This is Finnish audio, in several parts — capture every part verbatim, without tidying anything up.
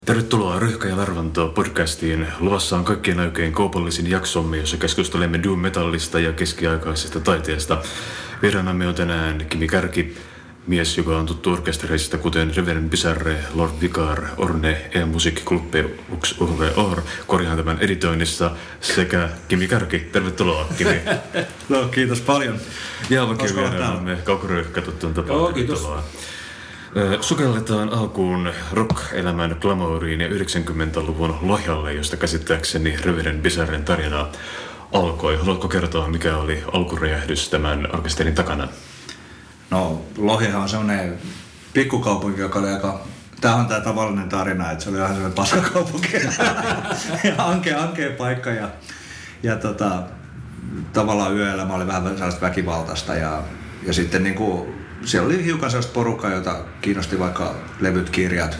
Tervetuloa Röyhkä ja Larvanto podcastiin. Luvassa on kaikkien aikojen kaupallisin jaksomme, jossa keskustelemme doom metallista ja keskiaikaisesta taiteesta. Vieraanamme on tänään Kimi Kärki, mies, joka on tuttu orkestereista kuten Reverend Bizarre, Lord Vicar, Orne, E-Music Club, Ux Urve Or, korjaan tämän editoinnissa, sekä Kimi Kärki. Tervetuloa, Kimi. No, kiitos paljon. Ja vakio vieraanamme Kaukoröyhkä tuttuun tapaan. Joo, kiitos. Sukelletaan alkuun rock-elämän glamouriin ja yhdeksänkymmentäluvun Lohjalle, josta käsittääkseni Reverend Bizarren tarina alkoi. Haluatko kertoa, mikä oli alkuräjähdys tämän orkesterin takana? No, Lohjahan on semmoinen pikkukaupunki, joka oli aika... Tämä on tämä tavallinen tarina, että se oli ihan semmoinen paskakaupunki ja ankea, ankea paikka ja, ja tota, tavallaan yöelämä oli vähän sellaista väkivaltaista ja, ja sitten niin kuin siellä oli hiukan sellaista porukkaa, jota kiinnosti vaikka levyt, kirjat,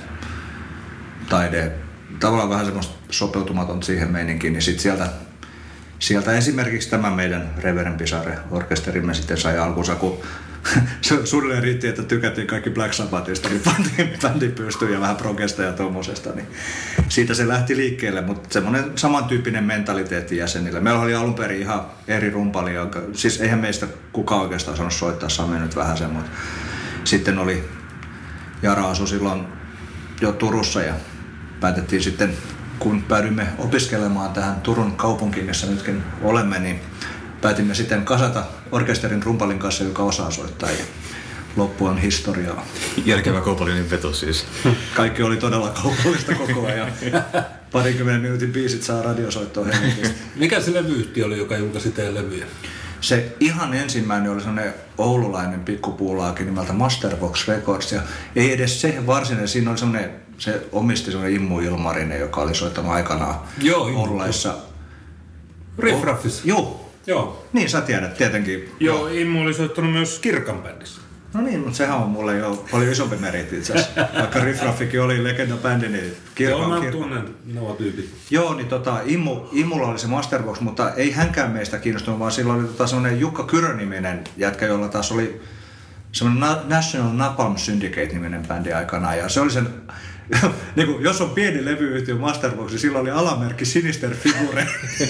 taide, tavallaan vähän semmoista sopeutumatonta siihen meininkiin, niin sitten sieltä, sieltä esimerkiksi tämä meidän Reverend Bizarre-orkesterimme sitten sai alkunsa, kun suunnilleen riitti, että tykättiin kaikki Black Sabbathista, niin bändi, bändi pystyi ja vähän progesta ja tuommoisesta, niin siitä se lähti liikkeelle, mutta semmoinen samantyyppinen mentaliteetti jäsenille. Meillä oli alun perin ihan eri rumpali, jonka, siis eihän meistä kukaan oikeastaan sanonut soittaa, se on mennyt vähän sen, mutta sitten oli, Jara asui silloin jo Turussa ja päätettiin sitten, kun päädyimme opiskelemaan tähän Turun kaupunkiin, missä nytkin olemme, niin päätimme sitten kasata orkesterin rumpalin kanssa, joka osaa soittaa, ja loppu on historiaa. Järkevä kaupallinen veto siis. Kaikki oli todella kaupallista koko ajan. Parikymmenen minuutin biisit saa radiosoittoa hengitistä. Mikä se levyyhtiö oli, joka julkaisi teidän levyjä? Se ihan ensimmäinen oli sellainen oululainen pikkupuulaakin nimeltä Masterbox Records, ja ei edes se varsinainen, siinä oli sellainen, se omisti sellainen Immu Ilmarinen, joka oli soittanut aikanaan Oulaissa. Riff-Raffissa. Joo. Joo. Niin, sä tiedät tietenkin. Joo, Immu oli soittanut myös Kirkan bändissä. No niin, mutta sehän on mulle jo paljon isompi meritti itse asiassa. Vaikka Riff Raffikin oli legenda-bändi, niin Kirkan... Joo, mä tunnen nuo tyypit. Joo, niin tota, Immu, Immulla oli se Masterbox, mutta ei hänkään meistä kiinnostunut, vaan silloin oli tota semmoinen Jukka Kyrö-niminen jätkä, jolla taas oli semmoinen National Napalm Syndicate-niminen bändi aikanaan. Ja se oli sen... niin kuin, jos on pieni levyyhtiö Masterbox, niin silloin oli alamerkki Sinister Figure.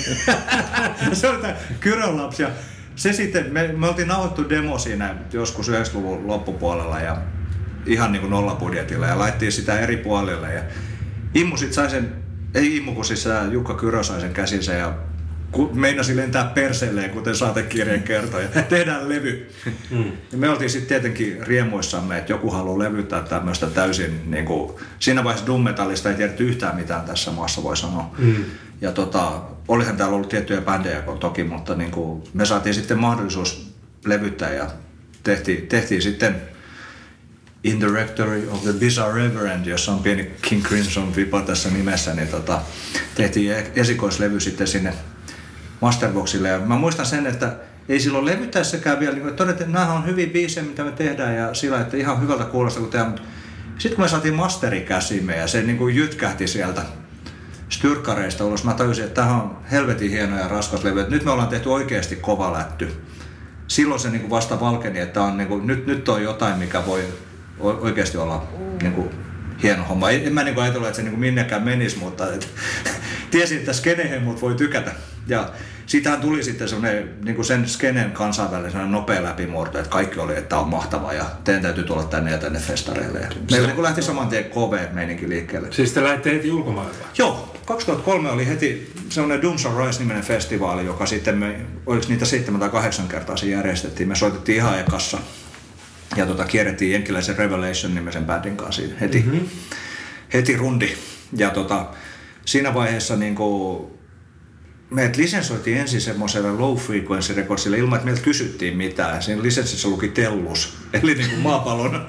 Se oli tämä Kyrön lapsi. Ja se sitten, me, me oltiin nauhoittu demo siinä joskus yhdeksänkymmentäluvun loppupuolella ja ihan niin kuin nollabudjetilla ja laittiin sitä eri puolille. Ja Immu sitten sai sen, ei Immu kun siis Jukka Kyrö sai sen käsinsä ja meinasi lentää perseelleen, kuten saatekirjan kertoi, ja tehdään levy. Mm. Ja me oltiin sitten tietenkin riemuissamme, että joku haluaa levyttää tämmöistä täysin, niin kuin, siinä vaiheessa doom-metallista ei tiedetty yhtään mitään tässä maassa, voi sanoa. Mm. Ja tota, olihan täällä ollut tiettyjä bändejä toki, mutta niin kuin, me saatiin sitten mahdollisuus levyttää ja tehtiin, tehtiin sitten In the Rectory of the Bizarre Reverend, jossa on pieni King Crimson vipa tässä nimessä, niin tota, tehtiin esikoislevy sitten sinne Masterboxille. Ja mä muistan sen, että ei silloin levyttäessäkään vielä, niin todettiin, että nämä on hyviä biisejä, mitä me tehdään ja sillä, että ihan hyvältä kuulostaa, kun tehdään. Mutta sitten kun me saatiin masteri käsimme ja se niin kuin jytkähti sieltä styrkkareista ulos, mä tajusin, että tämä on helvetin hieno ja raskas levy. Nyt me ollaan tehty oikeasti kova lätty. Silloin se niin kuin vasta valkeni, että on, niin kuin, nyt, nyt on jotain, mikä voi oikeasti olla niin kuin hieno homma. En mä niin kuin ajatellut, että se niin kuin minnekään menisi, mutta et, tiesin, että skenehemmut voi tykätä. Ja siitähän tuli sitten semmoinen niin kuin sen skenen kansainvälisen nopea läpimurto, että kaikki oli, että tämä on mahtavaa ja teidän täytyy tulla tänne ja tänne festareille. Ja meillä niin kuin lähti saman tien K V-meininki liikkeelle. Siis te lähditte heti ulkomaille? Joo. kaksituhattakolme oli heti semmoinen Dooms Shall Rise-niminen festivaali, joka sitten me, oliko niitä seitsemän tai kahdeksan kertaa se järjestettiin. Me soitettiin ihan ekassa. Ja tota, kierrettiin jenkkiläisen Revelation-nimisen bändin kanssa heti, mm-hmm. heti rundi. Ja tota, siinä vaiheessa niinku, meidät lisensoitiin ensin semmoiselle low frequency recordsille ilman, että meiltä kysyttiin mitään. Siinä lisenssissä luki Tellus, eli niinku maapallon.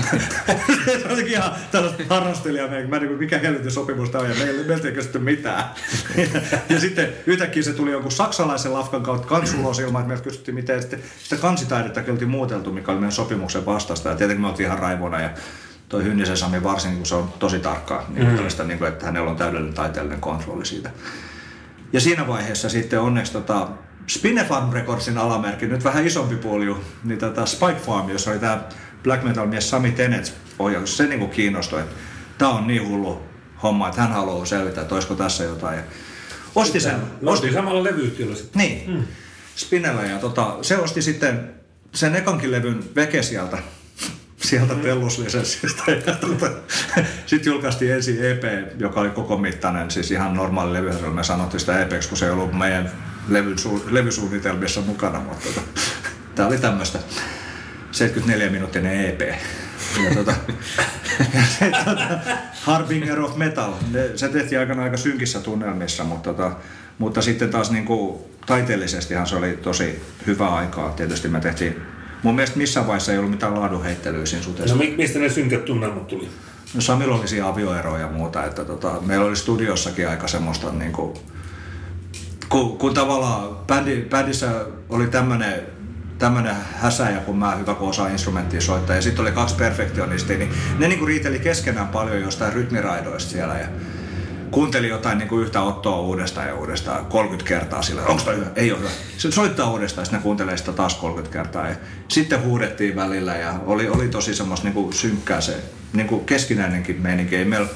Se olikin ihan tällaista harrastelija. Mä niinku, mikä helvetin sopimus tää on, ja meiltä, meiltä ei kysytty mitään. ja, ja sitten yhtäkkiä se tuli jonkun saksalaisen lafkan kautta kansulos ilman, että meiltä kysyttiin mitään. Ja sitten sitä kansitaidettakin oltiin muuteltu, mikä oli meidän sopimuksen vastasta. Ja tietenkin me oltiin ihan raivona. Ja toi Hynnisen Sami varsin, kun se on tosi tarkkaa, niin mm. tällaista, niin kuin, että hänellä on täydellinen taiteellinen kontrolli siitä. Ja siinä vaiheessa sitten onneksi tota, Spinefarm Recordsin alamerkki, nyt vähän isompi puoli, niin tota Spike Farm, jossa oli tää black metal mies Sami Tenet ohjaus, se niinku kiinnostui, että tää on niin hullu homma, että hän haluaa selvitä, että olisiko tässä jotain. Ja osti sen. Me oltiin samalla levyyhtiöllä sitten. Niin, hmm. Spinella. Ja tota, se osti sitten sen ekankin levyn veke sieltä, sieltä hmm. telluslisenssistä. Ja tota, sitten julkaistiin ensin E P, joka oli koko mittainen, siis ihan normaali levy. Me sanottiin sitä E P:ksi, kun se ei ollut meidän levyn, levysuunnitelmissa mukana. Mutta tota, tää oli tämmöistä seitsemänkymmentäneljä minuuttinen E P. Ja tota, ja se, tota, Harbinger of Metal, se tehtiin aikana aika synkissä tunnelmissa, mutta, tota, mutta sitten taas niin kuin, taiteellisestihan se oli tosi hyvä aikaa. Tietysti me tehtiin, mun mielestä missään vaiheessa ei ollut mitään laadunheittelyä siinä suteessa. No mistä ne synkät tunnelmat tuli? No Samilla oli siinä avioeroja ja muuta, että tota, meillä oli studiossakin aika semmoista niin kuin, kun, kun tavallaan bändi, bändissä oli tämmönen tämmönen häsäjä, kun mä hyvä kun osaa instrumenttia soittaa, ja sitten oli kaksi perfektionistia, niin ne niinku riiteli keskenään paljon jostain rytmiraidoista siellä, ja kuunteli jotain niinku yhtä ottoa uudestaan ja uudestaan kolmekymmentä kertaa sillä, onko toi hyvä? Ei ole hyvä. Sitten soittaa uudestaan, ja sitten ne kuuntelee sitä taas kolmekymmentä kertaa, ja sitten huudettiin välillä, ja oli, oli tosi semmoista niinku synkkää se niinku keskinäinenkin meininki. Ei meillä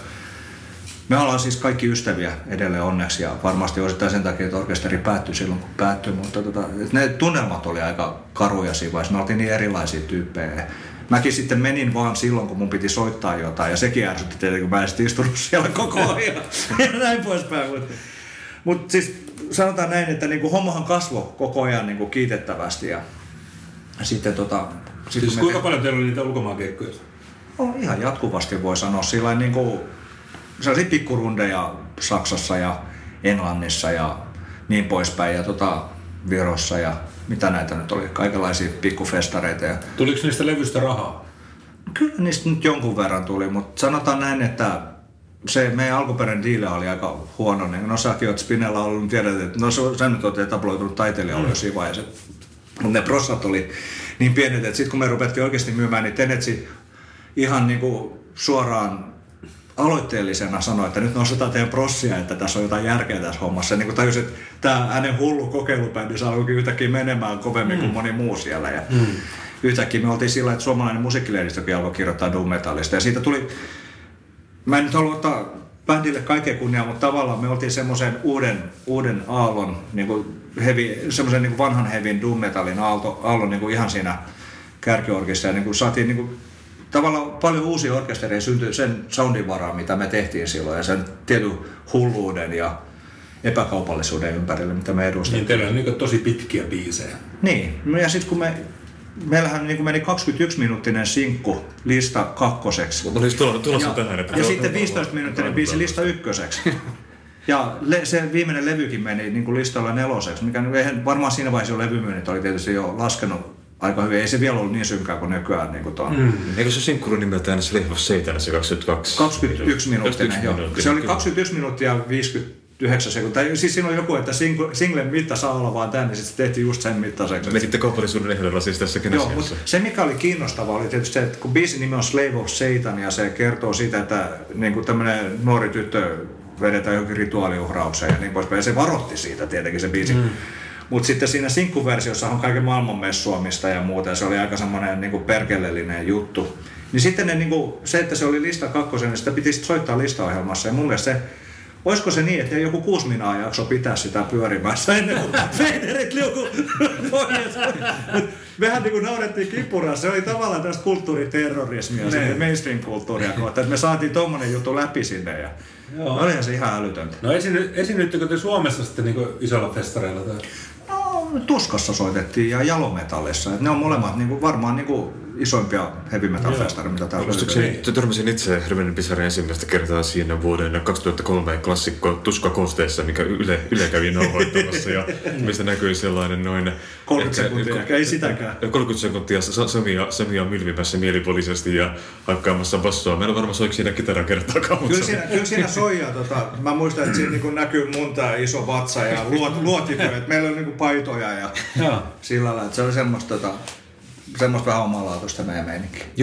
Me ollaan siis kaikki ystäviä edelleen onneksi ja varmasti osittain sen takia, että orkesteri päättyi silloin kun päättyi, mutta tota, ne tunnelmat oli aika karuja siinä vaiheessa. Me oltiin niin erilaisia tyyppejä. Mäkin sitten menin vaan silloin, kun mun piti soittaa jotain ja sekin ärsytti tietenkin, kun mä en sitten istunut siellä koko ajan ja näin poispäin. Mutta mut siis sanotaan näin, että niinku hommahan kasvoi koko ajan niinku kiitettävästi ja sitten tota... Sit siis kuinka te... paljon teillä oli niitä ulkomaankeikkoja? No, ihan jatkuvasti voi sanoa sillä niinku... Sellaisia pikkurundeja Saksassa ja Englannissa ja niin poispäin ja tota Virossa ja mitä näitä nyt oli, kaikenlaisia pikkufestareita. Ja... Tuliko niistä levystä rahaa? Kyllä niistä nyt jonkun verran tuli, mutta sanotaan näin, että se meidän alkuperäinen diili oli aika huono. Niin no säkin oot Spinella ollut, niin tiedät, että no sä nyt oot etabloitunut taiteilija mm. jo siinä vaiheessa. Mutta ne prossat oli niin pienet, että sitten kun me rupettiin oikeasti myymään, niin Tenetsi ihan niinku suoraan aloitteellisena sanoi, että nyt nostetaan teidän prossia, että tässä on jotain järkeä tässä hommassa. Niin kuin tajusin, että tämä hänen hullu kokeilubändi saakin yhtäkkiä menemään kovemmin mm. kuin moni muu siellä. Ja mm. yhtäkkiä me oltiin sillä, että suomalainen musiikkilehdistökin alkoi kirjoittaa doom metallista. Ja siitä tuli, mä en nyt halua ottaa bändille kaikkea kunniaa, mutta tavallaan me oltiin semmoisen uuden, uuden aallon, niin kuin heavy, semmoisen niin kuin vanhan heavyn doom metallin aalto, aallon niin kuin ihan siinä kärkiorkissa. Ja niin kuin saatiin niin kuin tavallaan paljon uusia orkestereja syntyi sen soundin varaan, mitä me tehtiin silloin, ja sen tietyn hulluuden ja epäkaupallisuuden ympärille, mitä me edustettiin. Niin teillä on niin tosi pitkiä biisejä. Niin, ja sitten kun me, meillähän niin meni kaksikymmentäyksi-minuuttinen sinkku lista kakkoseksi. Mä olisin tulossa tähän. Että ja sitten viisitoista-minuuttinen biisi lista ykköseksi. Ja le, se viimeinen levykin meni niin kuin listalla neloseksi, mikä eihän varmaan siinä vaiheessa jo levymyynnit oli tietysti jo laskenut aika hyvin. Ei se vielä ollut niin synkää kuin nykyään. Niin kuin mm. Eikö se sinkkulu nimeltään Slave of Satan, se kaksikymmentäkaksi? kaksikymmentäyksi minuuttinen, joo. Se oli kaksikymmentäyksi minuuttia viisikymmentäyhdeksän sekuntia. Siis siinä oli joku, että singlen mitta saa olla vaan tänne, niin sitten se tehtiin just sen mittaiseksi. Me sitten kaupallisuuden ehdolla siis tässäkin joo, asiassa. Mutta se mikä oli kiinnostavaa oli tietysti se, että kun biisin nimi on Slave of Satan ja se kertoo siitä, että niin kuin tämmöinen nuori tyttö vedetään johonkin rituaaliuhraukseen ja niin poispäin. Ja se varoitti siitä tietenkin se biisi. Mm. Mutta sitten siinä sinkkuversiossa on kaiken maailman messuamista ja muuta, ja se oli aika semmoinen niinku perkelellinen juttu. Niin sitten ne, niinku, se, että se oli lista kakkosen, niin sitä piti soittaa listaohjelmassa, ja mun mielestä se, olisiko se niin, että joku kuusi minaa jakso pitää sitä pyörimässä ennen kuin Federit liuku pois. Mehän niinku naurettiin kippuraan, se oli tavallaan tästä kulttuuriterrorismia, se mainstream-kulttuuria kohta, että me saatiin tommonen juttu läpi sinne, ja joo. Olihan se ihan älytöntä. No esiny, esiinnyttekö te Suomessa sitten niinku isolla festareilla? Tai? No Tuskassa soitettiin ja Jalometallissa. Et ne on molemmat niinku, varmaan niinku isoimpia heavy metal festareita, mitä täällä löytyy. Törmäsin itse Hirveinen Pisara ensimmäistä kertaa siinä vuoden kaksituhattakolme klassikko Tuska Kosteessa, mikä Yle, Yle kävi nauhoittamassa. Ja mistä näkyi sellainen noin... kolmekymmentä sekuntia, ehkä, ei sitäkään. kolmekymmentä sekuntia Samia, Samia milvimässä mielipuolisesti ja haikkaamassa bassoa. Meillä varmaan soiko siinä kitaran kertaakaan. Kyllä siinä, kyllä siinä soijaa. Tota, mä muistan, että siinä niinku näkyy mun tää iso vatsa ja luot, luotipöydät. Meillä on niinku paitoja ja sillä lailla. Se oli semmoista... Tota, semmoista vähän omalaatuista meidän meininkiä. Joo.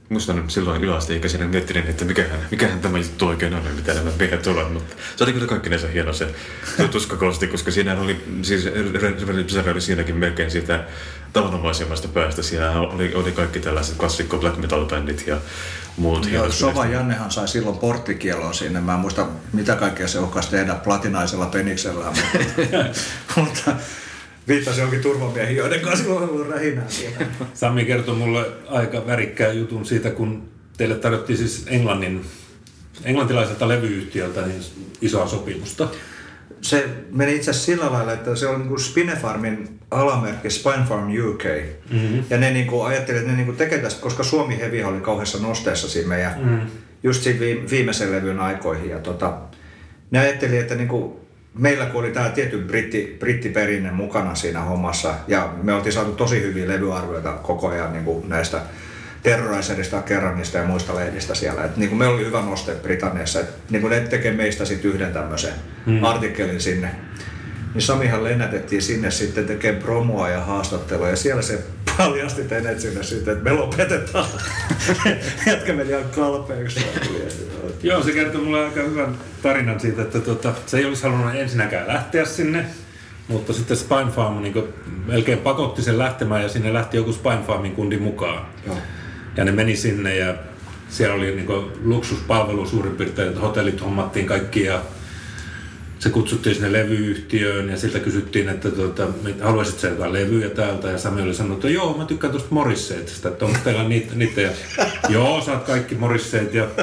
muistan silloin yläasteikäisenä miettinyt, että mikähän, mikähän tämä juttu oikein on, mitä nämä miehet ovat, mutta se oli kyllä kaikkinensa hieno se tuskakonsti, koska siinä oli, siis Bizarre oli siinäkin melkein siitä tavanomaisemmasta päästä. Siellä oli, oli kaikki tällaiset klassikko black metal-bändit ja muut. Joo, Sova Jannehan sai silloin porttikielon sinne. Mä en muista, mitä kaikkea se uhkasi tehdä platinaisella peniksellä, mutta, mutta viittasi jonkin turvamiehiin, joiden kanssa silloin on ollut rähinää siellä. Sami kertoi mulle aika värikkään jutun siitä, kun teille tarjottiin siis Englannin, englantilaiselta levyyhtiöltä niin isoa sopimusta. Se meni itse asiassa sillä lailla, että se oli niin kuin Spinefarmin alamerkki Spinefarm U K. Mm-hmm. Ja ne niin kuin ajattelivat, että ne niin kuin tekee tästä, koska Suomi Heavy oli kauheassa nosteessa siinä meidän, mm-hmm. just siinä viimeisen levyn aikoihin. Ja tota, ne ajattelivat, että niin kuin meillä kun oli tämä tietty britti, brittiperinne mukana siinä hommassa, ja me oltiin saatu tosi hyviä levyarvioita koko ajan niin kuin näistä Terrorizerista, Kerranista ja muista lehdistä siellä. Et, niin kuin meillä oli hyvä noste Britanniassa, että niin kuin ne tekee meistä sit yhden tämmöisen hmm. artikkelin sinne. Niin Samihan lennätettiin sinne sitten tekemään promoa ja haastattelua, ja siellä se paljasti tenet sinne sitten, että me lopetetaan. Jätkä meni ihan kalpeeksi. Joo, se kertoi mulle aika hyvän tarinan siitä, että tuota, se ei olisi halunnut ensinnäkään lähteä sinne, mutta sitten Spinefarm niin melkein pakotti sen lähtemään, ja sinne lähti joku Spinefarmin kundi mukaan. Joo. Ja ne meni sinne, ja siellä oli niin luksuspalvelu suurin piirtein, että hotellit hommattiin kaikki, ja se kutsuttiin sinne levyyhtiöön, ja siltä kysyttiin, että tuota, haluaisit sä jotain levyjä täältä, ja Sami oli sanonut, että joo, mä tykkään tuosta Morrisseitista, että onko teillä niitä, niitä ja joo, saat kaikki Morrisseit, ja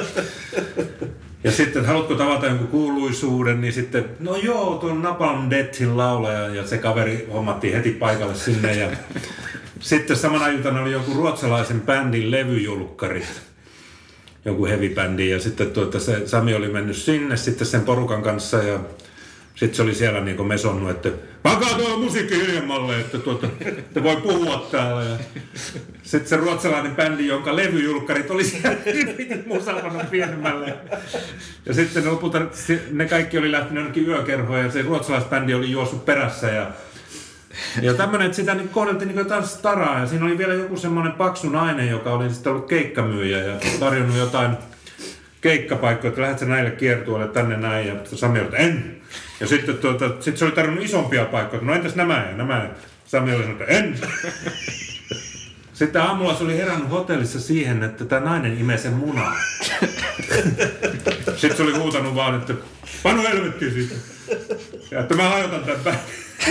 ja sitten, että haluatko tavata jonkun kuuluisuuden, niin sitten, no joo, tuon Napalm Deathin laulaja, ja se kaveri hommattiin heti paikalle sinne, ja sitten samana iltana oli joku ruotsalaisen bändin levyjulkkarit, joku heavy-bändi, ja sitten tuota, se Sami oli mennyt sinne sitten sen porukan kanssa, ja sitten se oli siellä niin mesonnut, että pankaa tuo musiikki hiljemmalle, että tuota, te voi puhua täällä. Ja sitten se ruotsalainen bändi, jonka levyjulkkarit oli siellä musapanon pienemmälle. Ja sitten lopulta ne kaikki oli lähtenyt jonnekin yökerhoon, ja se ruotsalaisbändi oli juossut perässä. Ja, ja tämmöinen, että sitä niin kohdeltiin niin jotain staraa, ja siinä oli vielä joku semmoinen paksu nainen, joka oli sitten ollut keikkamyyjä ja tarjonnut jotain keikkapaikkoja, että lähdet sä näille kiertueelle tänne näin, ja Sami oli, että en. Ja sitten tuota, sit se oli tarjonnut isompia paikkoja, no entäs nämä ja nämä. Sami oli sanonut, että en. Sitten aamulla se oli herännyt hotellissa siihen, että tämä nainen imee sen munaa. Sitten se oli huutanut vaan, että panu helvettiin siitä. Ja että mä hajotan tämän päin.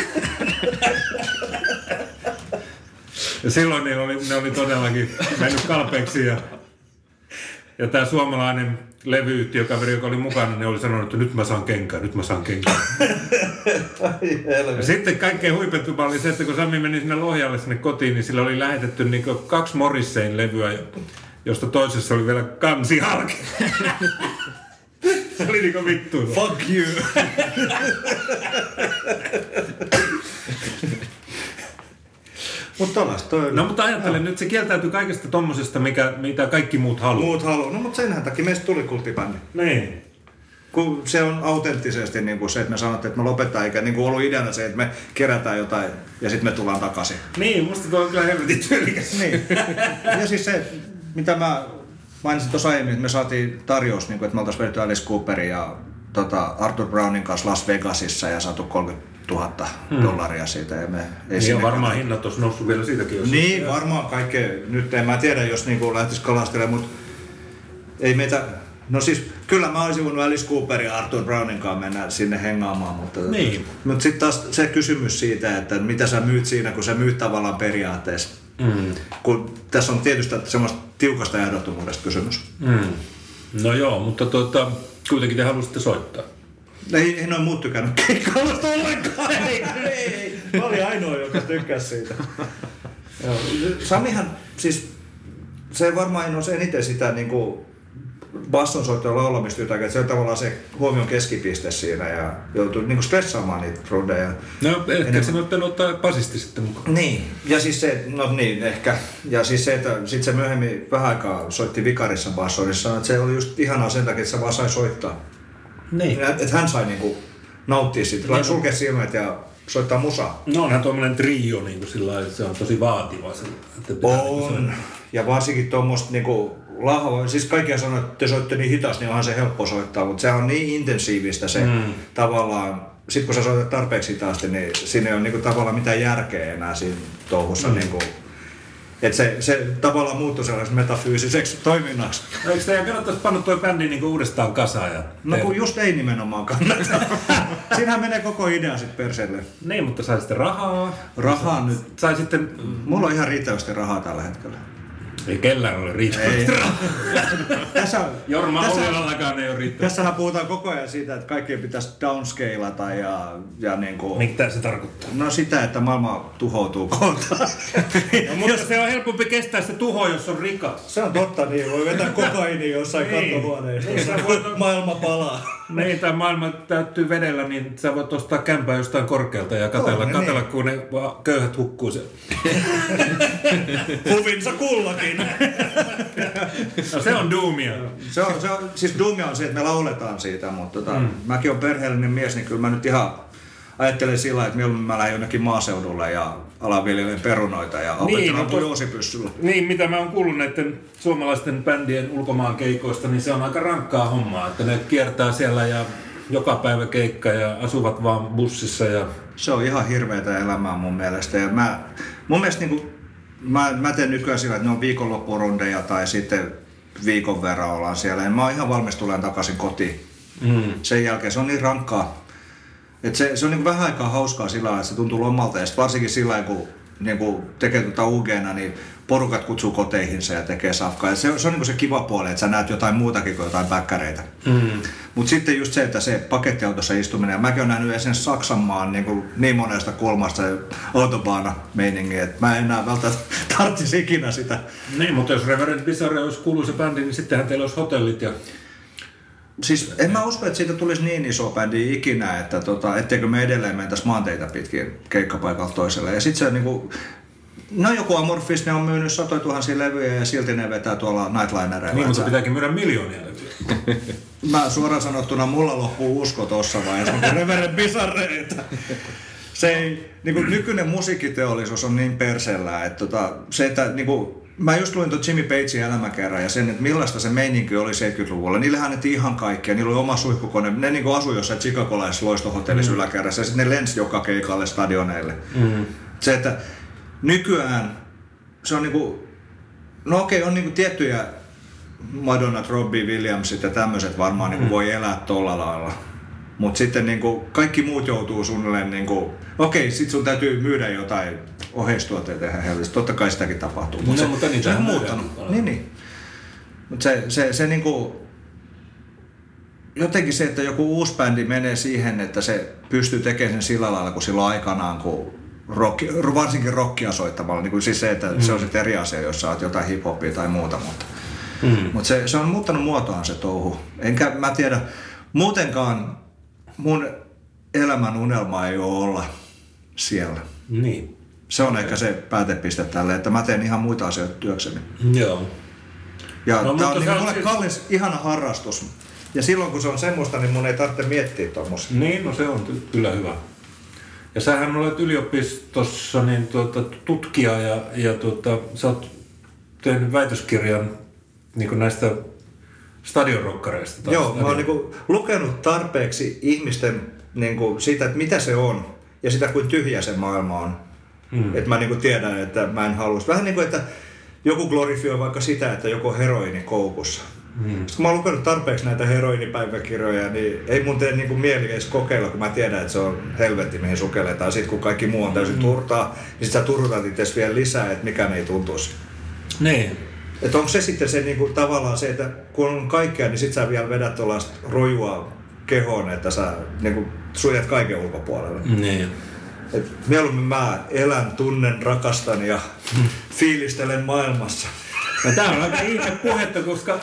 Ja silloin ne oli, ne oli todellakin mennyt kalpeeksi. Ja, ja tämä suomalainen levyyhtiökaveri, joka oli mukana, ne oli sanonut, että nyt mä saan kenkää, nyt mä saan kenkää. Ja sitten kaikkein huipentuma oli se, että kun Sami meni sinne Lohjalle sinne kotiin, niin sillä oli lähetetty niin kaksi Morrissein levyä, josta toisessa oli vielä kansi halki. Se oli niinku vittuilla. Fuck you! Mutta tollaista toi... No mutta ajattelen, no. Nyt se kieltäytyy kaikesta tommosesta, mikä, mitä kaikki muut haluaa. Muut haluaa. No mutta senhän takia meistä tuli kulttibändi. Niin. Kun se on autenttisesti niin kuin se, että me sanotaan, että me lopetetaan, eikä niin kuin ollut ideana se, että me kerätään jotain ja sitten me tullaan takaisin. Niin, musta tuo on kyllä helvetin tyylikäs. Niin. Ja siis se, mitä mä mainitsin tuossa aiemmin, että me saatiin tarjous, niin kuin, että me oltaisiin vedetty Alice Cooperin ja tota, Arthur Brownin kanssa Las Vegasissa ja saatu kolmekymmentätuhatta hmm. dollaria siitä. Ja me ei niin on varmaan hinnat olisi noussut vielä siitäkin. Jos niin, on... varmaan kaikkea. Nyt en mä tiedä, jos niin lähtisi kalastelemaan, mutta ei meitä... No siis, kyllä mä olisin voinut Alice Cooperin ja Arthur Brownin kanssa mennä sinne hengaamaan, mutta... Niin. Mutta sitten taas se kysymys siitä, että mitä sä myyt siinä, kun sä myyt tavallaan periaatteessa. Mm. Kun tässä on tietysti semmoista tiukasta ehdottomuudesta kysymys. Mm. No joo, mutta tuota, kuitenkin te halusitte soittaa. Ei, ei noin muut tykännyt keikkailasta ollenkaan. ei, ei, ei. Mä olin ainoa, joka tykkäsi siitä. Joo. Samihan, siis se varmaan ei nouse eniten sitä niinku bassonsoittoja laulamista jotakin, että se on tavallaan se huomion keskipiste siinä ja joutuu niinku stressaamaan niitä rundeja. No ehkä se voitte ottaa basisti sitten mukaan. Niin, ja siis se, no niin ehkä, ja siis se, että sit se myöhemmin vähän aikaa soitti vikarissa bassoon, niin sanoi, että se oli just ihanaa sen takia, että se vaan sai soittaa. Niin. Että hän sai niinku nauttia siitä, niin. Sulkea silmät ja soittaa musaa. No onhan tuommoinen trio niin kuin sillä lailla, että se on tosi vaativa. Se, että on. Niin ja varsinkin tuommoista niinku lahva, siis kaikkia sanoo, että te soitte niin hitaasti, niin onhan se helppo soittaa, mutta se on niin intensiivistä se mm. tavallaan, sit kun sä soitat tarpeeksi hitaasti, niin siinä ei ole niinku tavallaan mitään järkeä enää siinä touhussa. Mm. Niinku, että se, se tavallaan muuttui sellaiseksi metafyysiseksi toiminnaksi. Eikö teidän kannattaisi panna tuo bändi niinku uudestaan kasaan? Ja no kun just ei nimenomaan kannata. Siinähän menee koko idea sitten perseelle. Niin, mutta sai sitten rahaa. Rahaa nyt. Sai sitten... Mulla on ihan riittävästi rahaa tällä hetkellä. Ei kellään ole riittävästi rahaa. Tässä, Jorma tässä, Ollilallakaan ei ole riittävästi. Tässähän puhutaan koko ajan siitä, että kaikkien pitäisi downscalata ja, ja niinku... Mitä se tarkoittaa? No sitä, että maailma tuhoutuu kohta. No, mutta se on helpompi kestää se tuho, jos on rikas. Se on totta, niin voi vetää kokainia jossain niin. kattohuoneistossa. Niin, voit... Maailma palaa. Niin, tai maailma täyttyy vedellä, niin sä voit ostaa kämpää jostain korkealta ja katsella, Toinen, katsella niin. kun ne köyhät hukkuu se. Huvinsa kullakin. No se on doomia. Se on, se on, siis doomia on se, että me lauletaan siitä, mutta tota, mm. mäkin on perheellinen mies, niin kyllä mä nyt ihan ajattelen sillä, että mieluummin mä lähden jonnekin maaseudulle ja alan viljelemään perunoita ja opettelen niin, joosipyssyllä. Niin, mitä mä oon kuullut näiden suomalaisten bändien ulkomaan keikoista, niin se on aika rankkaa hommaa, että ne kiertää siellä ja joka päivä keikka ja asuvat vaan bussissa. Ja... Se on ihan hirveätä elämää mun mielestä. Ja mä, mun mielestä niin kuin, mä, mä teen nykyään sillä, että ne on viikonloppurondeja tai sitten viikon verran ollaan siellä. Ja mä oon ihan valmis tulemaan takaisin kotiin. Mm. Sen jälkeen se on niin rankkaa. Et se, se on niin vähän aikaa hauskaa sillä lailla, että se tuntuu lomalta. Ja varsinkin sillä lailla, kun niin kun tekee tuota U G:nä, niin porukat kutsuu koteihinsa ja tekee safkaa. Ja se, se on niin se kiva puoli, että sä näet jotain muutakin kuin jotain päkkäreitä. Mm. Mutta sitten just se, että se pakettiautossa istuminen. Ja mäkin olen nähnyt esimerkiksi Saksanmaan niin, niin monesta kulmasta autobaana-meiningiä, että mä en enää välttämättä tarvitsisi ikinä sitä. Niin, mutta jos Reverend Bizarre olisi kuuluisa bändi, niin sittenhän teillä olisi hotellit ja... Siis en mä usko, että siitä tulisi niin iso bändi ikinä, että tota, etteikö me edelleen mentäisi maanteita pitkin keikkapaikalta toiselle. Ja sit se niinku, no joku Amorphis, ne on myynyt satoja tuhansia levyjä ja silti ne vetää tuolla Nightlinereilla. Niin, mutta pitääkin myydä miljoonia levyjä. Mä suoraan sanottuna, mulla loppuu usko tossa vaiheessa, kun Reverend Bizarre. Se ei, niinku nykyinen musiikkiteollisuus on niin persellä, että tota, se, että niinku, mä just luin tuon Jimmy Pagein elämäkerran ja sen, että millaista se meininki oli seitsemänkymmentäluvulla. Niillähän annettiin ihan kaikkea. Niillä oli oma suihkukone. Ne niinku asui jossain chicagolaisessa loistohotellissa mm. yläkerrassa ja sitten ne lensi joka keikalle stadioneille. Mm. Se, että nykyään se on niinku, no okei, on niinku tiettyjä Madonna, Robbie Williamsit ja tämmöiset varmaan mm. niinku voi elää tolla lailla. Mutta sitten niinku kaikki muut joutuu suunnilleen niinku, okei, sit sun täytyy myydä jotain oheistuotteita tehdä helvetti. Totta kai sitäkin tapahtuu. Mut no, se, mutta se on muuttanut. Niin, niin. Mut se, se, se niinku, jotenkin se, että joku uusi bändi menee siihen, että se pystyy tekemään sen sillä lailla, kun silloin aikanaan, kun rock, varsinkin rockia soittamalla, niin kuin siis se, että mm. se on sitten eri asia, jos sä oot jotain hip-hopia tai muuta, mutta, mm. mutta se, se on muuttanut muotoaan se touhu. Enkä mä tiedä, muutenkaan mun elämän unelma ei ole olla siellä. Niin. Se on ehkä se päätepiste tälle, että mä teen ihan muita asioita työkseni. Joo. Ja no, tää on niin mulle siis... kallis, ihana harrastus. Ja silloin kun se on semmoista, niin mun ei tarvitse miettiä tommosia. Niin, no se on ty- kyllä hyvä. Ja sähän olet yliopistossa niin tuota, tutkija ja, ja tuota, sä oot tehnyt väitöskirjan niin näistä stadionrokkareista. Joo, stadion. Mä oon niin lukenut tarpeeksi ihmisten niin kuin, siitä, että mitä se on ja sitä kuin tyhjä se maailma on. Hmm. Että mä niin kuin tiedän, että mä en halua. Vähän niin kuin, että joku glorifioi vaikka sitä, että joku on heroini koukussa. Hmm. Sitten kun mä oon lukenut tarpeeksi näitä heroinipäiväkirjoja, niin ei mun tee niin kuin mieli edes kokeilla, kun mä tiedän, että se on helvetti, mihin sukelletaan. Sitten kun kaikki muu on täysin hmm. turtaa, niin sit sä turrutat itse vielä lisää, että mikään ei tuntuisi. Niin. Että onko se sitten se niinku, tavallaan se, että kun on kaikkea, niin sit sä vielä vedät tuollaista rojua kehoon, että sä niinku, suljet kaiken ulkopuolelle. Niin. Et mieluummin mä elän, tunnen, rakastan ja hmm. fiilistelen maailmassa. Ja tää on aika ihme puhetta, koska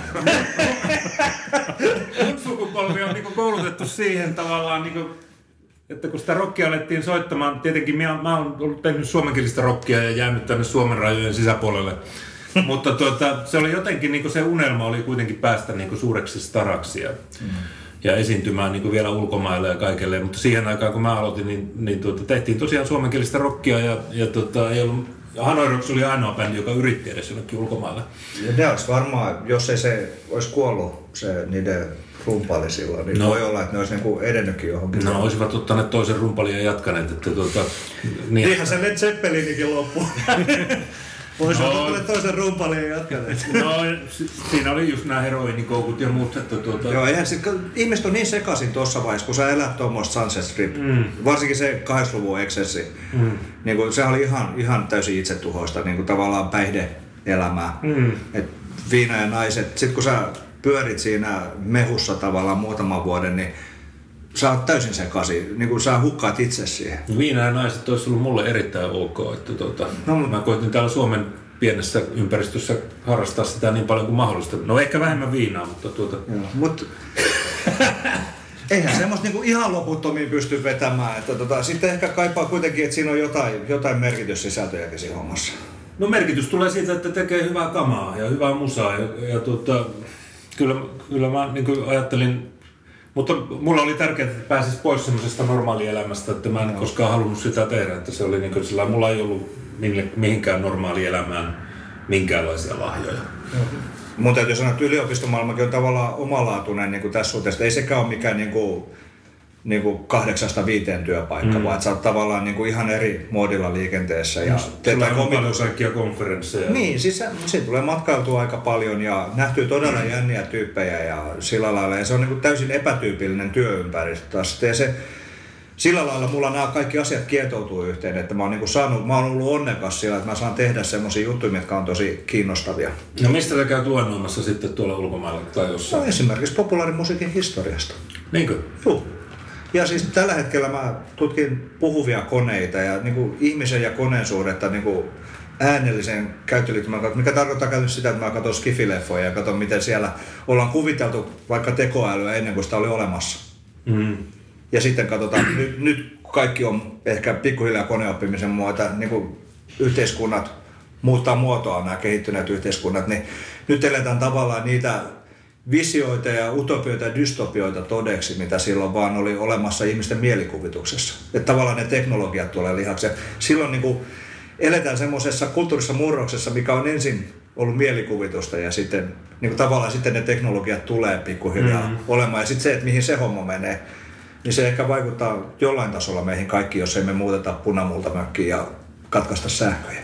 mun sukupolvi on niinku koulutettu siihen tavallaan, niinku, että kun sitä rockia alettiin soittamaan, tietenkin mä, mä oon ollut tehnyt suomenkielistä rockia ja jäänyt tänne Suomen rajojen sisäpuolelle. Mutta tuota, se oli jotenkin, niin se unelma oli kuitenkin päästä niin suureksi staraksi ja, mm. ja esiintymään niin vielä ulkomailla ja kaikelle. Mutta siihen aikaan, kun mä aloitin, niin, niin tuota, tehtiin tosiaan suomenkielistä rockia ja, ja tuota, ei ollut Ja Hanoi Rocks oli ainoa bändi, joka yritti edes jonnekin ulkomaille. Ja ne olisi varmaan, jos ei se olisi kuollut se niiden rumpali silloin, niin no. voi olla, että ne olisi niinku edennytkin johonkin. No olisivat ottaneet toisen rumpalin ja jatkaneet. Että tuota, niin Niinhän se Led Zeppelinikin loppui. Olisivat no, ottaneet toisen rumpalin ja jatkaneet. No siinä oli just nämä heroinikoukut ja muut. Että tuota... Joo, eihän se, ihmiset on niin sekaisin tuossa vaiheessa, kun sä elät tuommoista Sunset Strip. Mm. Varsinkin se kahdeksankymmentäluvun eksessi. Mm. Niin kuin, sehän oli ihan, ihan täysin itsetuhoista, niin kuin tavallaan päihde-elämää. Mm. Et viina ja naiset. Sitten kun sä pyörit siinä mehussa tavallaan muutaman vuoden, niin sä oot täysin sekaisin. Niin kuin sä hukkaat itse siihen. Viina ja naiset olisi ollut mulle erittäin ok. Että tuota, no, mä koitin täällä Suomen pienessä ympäristössä harrastaa sitä niin paljon kuin mahdollista. No ehkä vähemmän viinaa, mutta tuota... Joo, mut... Eihän semmoista niinku ihan loputtomiin pysty vetämään. Että tota, sitten ehkä kaipaa kuitenkin, että siinä on jotain, jotain merkityssisältöjäkin siinä hommassa. No merkitys tulee siitä, että tekee hyvää kamaa ja hyvää musaa. Ja, ja tuota, kyllä, kyllä mä niin kuin ajattelin... Mutta mulla oli tärkeää, että pääsis pois semmoisesta normaalielämästä, että mä en no. koskaan halunnut sitä tehdä. Että se oli niin kuin sillä, mulla ei ollut mihinkään normaalielämään minkäänlaisia lahjoja. Mm-hmm. Mun täytyy sanoa, että yliopistomaailmakin on tavallaan omalaatuinen niin kuin tässä suhteessa. Ei sekään ole mikään niin kuin, niin kuin kahdeksasta viiteen työpaikka, mm. vaan että sä oot tavallaan niin kuin ihan eri muodilla liikenteessä. Ja sulla on paljon kaikkia konferensseja. Niin, siis siinä tulee matkailtua aika paljon ja nähtyy todella mm. jänniä tyyppejä ja sillä lailla. Ja se on niin kuin täysin epätyypillinen työympäristö taas. Ja se, sillä lailla mulla nämä kaikki asiat kietoutuu yhteen, että mä oon, niin kuin saanut, mä oon ollut onnekas sillä, että mä saan tehdä semmosia juttuja, mitkä on tosi kiinnostavia. No mistä sä käyt luennoimassa sitten tuolla ulkomailla tai jossain? No esimerkiksi populaarimusiikin historiasta. Niinkö? Joo. Ja siis tällä hetkellä mä tutkin puhuvia koneita ja niin kuin ihmisen ja koneen suhdetta niin kuin äänellisen käyttöliittymän kautta, mikä tarkoittaa käytännössä sitä, että mä katson skifileffoja ja katson, miten siellä ollaan kuviteltu vaikka tekoälyä ennen kuin sitä oli olemassa. Mm. Ja sitten katsotaan, nyt, nyt kaikki on ehkä pikkuhiljaa koneoppimisen muuta, niin kuin yhteiskunnat muuttaa muotoa, nämä kehittyneet yhteiskunnat, niin nyt eletään tavallaan niitä visioita ja utopioita ja dystopioita todeksi, mitä silloin vaan oli olemassa ihmisten mielikuvituksessa. Että tavallaan ne teknologiat tulee lihaksi. Ja silloin niin kuin eletään semmoisessa kulttuurisessa murroksessa, mikä on ensin ollut mielikuvitusta ja sitten niin kuin tavallaan sitten ne teknologiat tulee pikkuhiljaa mm-hmm. olemaan. Ja sitten se, että mihin se homma menee, niin se ehkä vaikuttaa jollain tasolla meihin kaikki, jos emme muuteta punamultamökkiin ja katkaista sähköjä.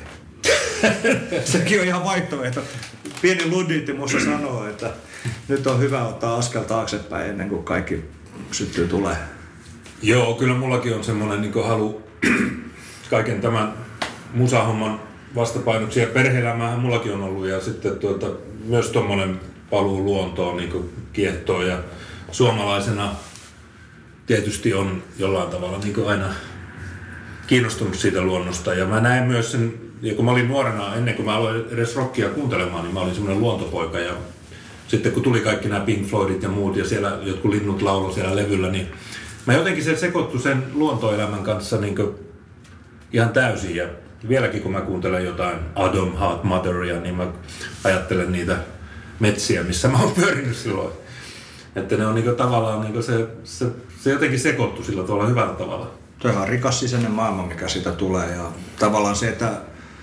Sekin on ihan vaihtoehto. Pieni ludiitti musta sanoo, että nyt on hyvä ottaa askel taaksepäin ennen kuin kaikki syttyy tulee. Joo, kyllä mullakin on semmoinen niin halu kaiken tämän musahomman vastapainoksi. Ja perhe-elämähän mullakin on ollut ja sitten tuota, myös tommonen paluu luontoon niin kiehtoo. Ja suomalaisena tietysti on jollain tavalla niin aina kiinnostunut siitä luonnosta. Ja mä näen myös sen, ja kun mä olin nuorena, ennen kuin mä aloin edes rockia kuuntelemaan, niin mä olin semmoinen luontopoika. Ja sitten kun tuli kaikki nämä Pink Floydit ja muut, ja siellä jotkut linnut lauloi siellä levyllä, niin mä jotenkin se sekoittu sen luontoelämän kanssa niin ihan täysin. Ja vieläkin kun mä kuuntelen jotain Adam Heart Motheria, niin mä ajattelen niitä metsiä, missä mä oon pyörinyt silloin. Että ne on niin tavallaan niin se, se, se jotenkin sekoittu sillä tavalla hyvällä tavalla. Tuo on rikas sisäinen maailma, mikä siitä tulee. Ja tavallaan se, että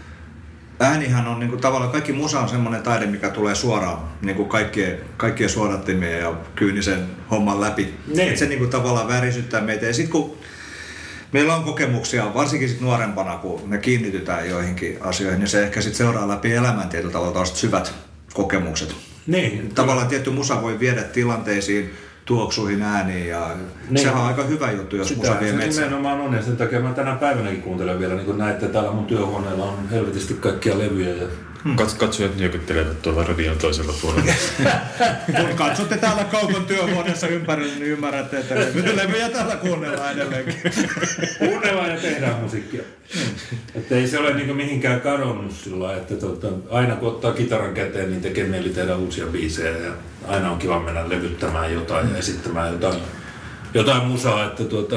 äänihän on niin kuin, tavallaan kaikki musa on semmoinen taide, mikä tulee suoraan niin kuin kaikkien, kaikkien suodattimien ja kyynisen homman läpi. Että se niin kuin, tavallaan värisyttää meitä. Ja sitten kun meillä on kokemuksia, varsinkin sit nuorempana, kun me kiinnitytään joihinkin asioihin, niin se ehkä sit seuraa läpi elämän tietyllä tavalla taas syvät kokemukset. Niin, tavallaan tietty musa voi viedä tilanteisiin, tuoksuihin, ääniin ja niin. Sehän on aika hyvä juttu, jos musa vie metsään. Sitä se nimenomaan on ja sen takia mä tänä päivänäkin kuuntelen vielä, niin kuin näette, täällä mun työhuoneella on helvetisti kaikkia levyjä. Ja... Hmm. Kats, katsojat nyökyttelevät tuolla radion toisella puolella. Kun katsotte täällä kaupan työhuoneessa ympärillä, niin ymmärrätte, että levyjä täällä kuunnellaan edelleenkin. Kuunnellaan ja tehdään musiikkia. Hmm. Että ei se ole niin mihinkään kadonnut sillä, että tuota, aina kun ottaa kitaran käteen, niin tekee mieli tehdä uusia biisejä ja aina on kiva mennä levyttämään jotain ja esittämään jotain, jotain musaa, että tuota,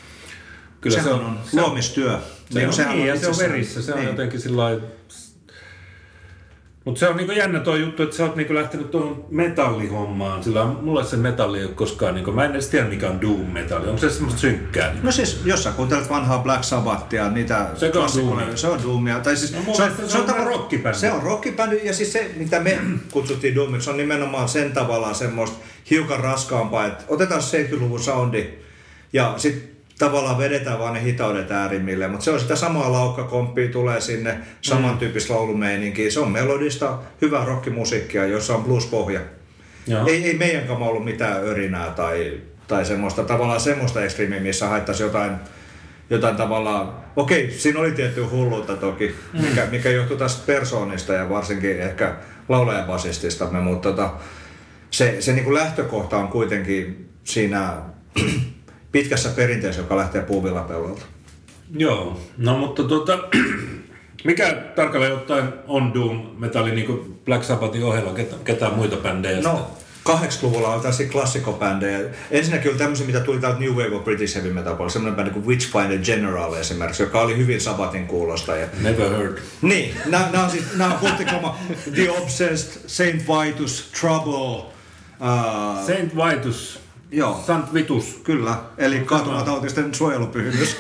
kyllä se, se on, on luomistyö. Se on, niin, on, ja se on verissä, se on niin. Jotenkin sillain, Mutta se on niinku jännä tuo juttu, että sä oot niinku lähtenyt tuohon metallihommaan. Sillä mulle se metalli ei ole koskaan, niinku, mä en edes tiedä mikä on doom metalli. Onko se semmoista synkkää? No siis, jos sä kuuntelet vanhaa Black Sabbathia, niitä se on doomia. Se on doomia. Tai siis, no, se, on, se, se on, on rockibändi. Se on rockibändi ja siis se, mitä me kutsuttiin doomiksi, on nimenomaan sen tavallaan semmoista hiukan raskaampaa, että otetaan se seitsemänkymmentäluvun soundi ja sitten tavallaan vedetään vaan ne hitaudet äärimmille, mutta se on sitä samaa laukkakomppia, tulee sinne samantyyppistä laulumeininkiä. Se on melodista, hyvää rockimusiikkia, jossa on blues-pohja. Ei, ei meidän kama ollut mitään örinää tai, tai semmoista, tavallaan semmoista ekstriimiä, missä haittaisi jotain, jotain tavallaan... Okei, siinä oli tiettyä hulluutta toki, mm. mikä, mikä johtui tästä persoonista ja varsinkin ehkä laulajabasististamme, mutta tota, se, se niin kuin lähtökohta on kuitenkin siinä... pitkässä perinteessä, joka lähtee puuvillapellolta. Joo, no mutta tuota, mikä tarkalleen ottaen on doom metalli niin kuin Black Sabbathin ohella, ketä, ketään muita bändejä? No, kahdeksankymmentäluvulla on tällaisia klassikobändejä. Ensinnäkin oli tämmöisiä, mitä tuli täältä New Wave of British Heavy Metal, semmoinen bändi kuin Witchfinder General esimerkiksi, joka oli hyvin Sabbathin kuulosta. Ja... Never heard. Niin, nämä on siis, nämä on kulttikoma The Obsessed, Saint Vitus, Trouble. Uh... Saint Vitus. Joo. Sant Vitus. Kyllä, eli katumatautisten suojelupyhimys.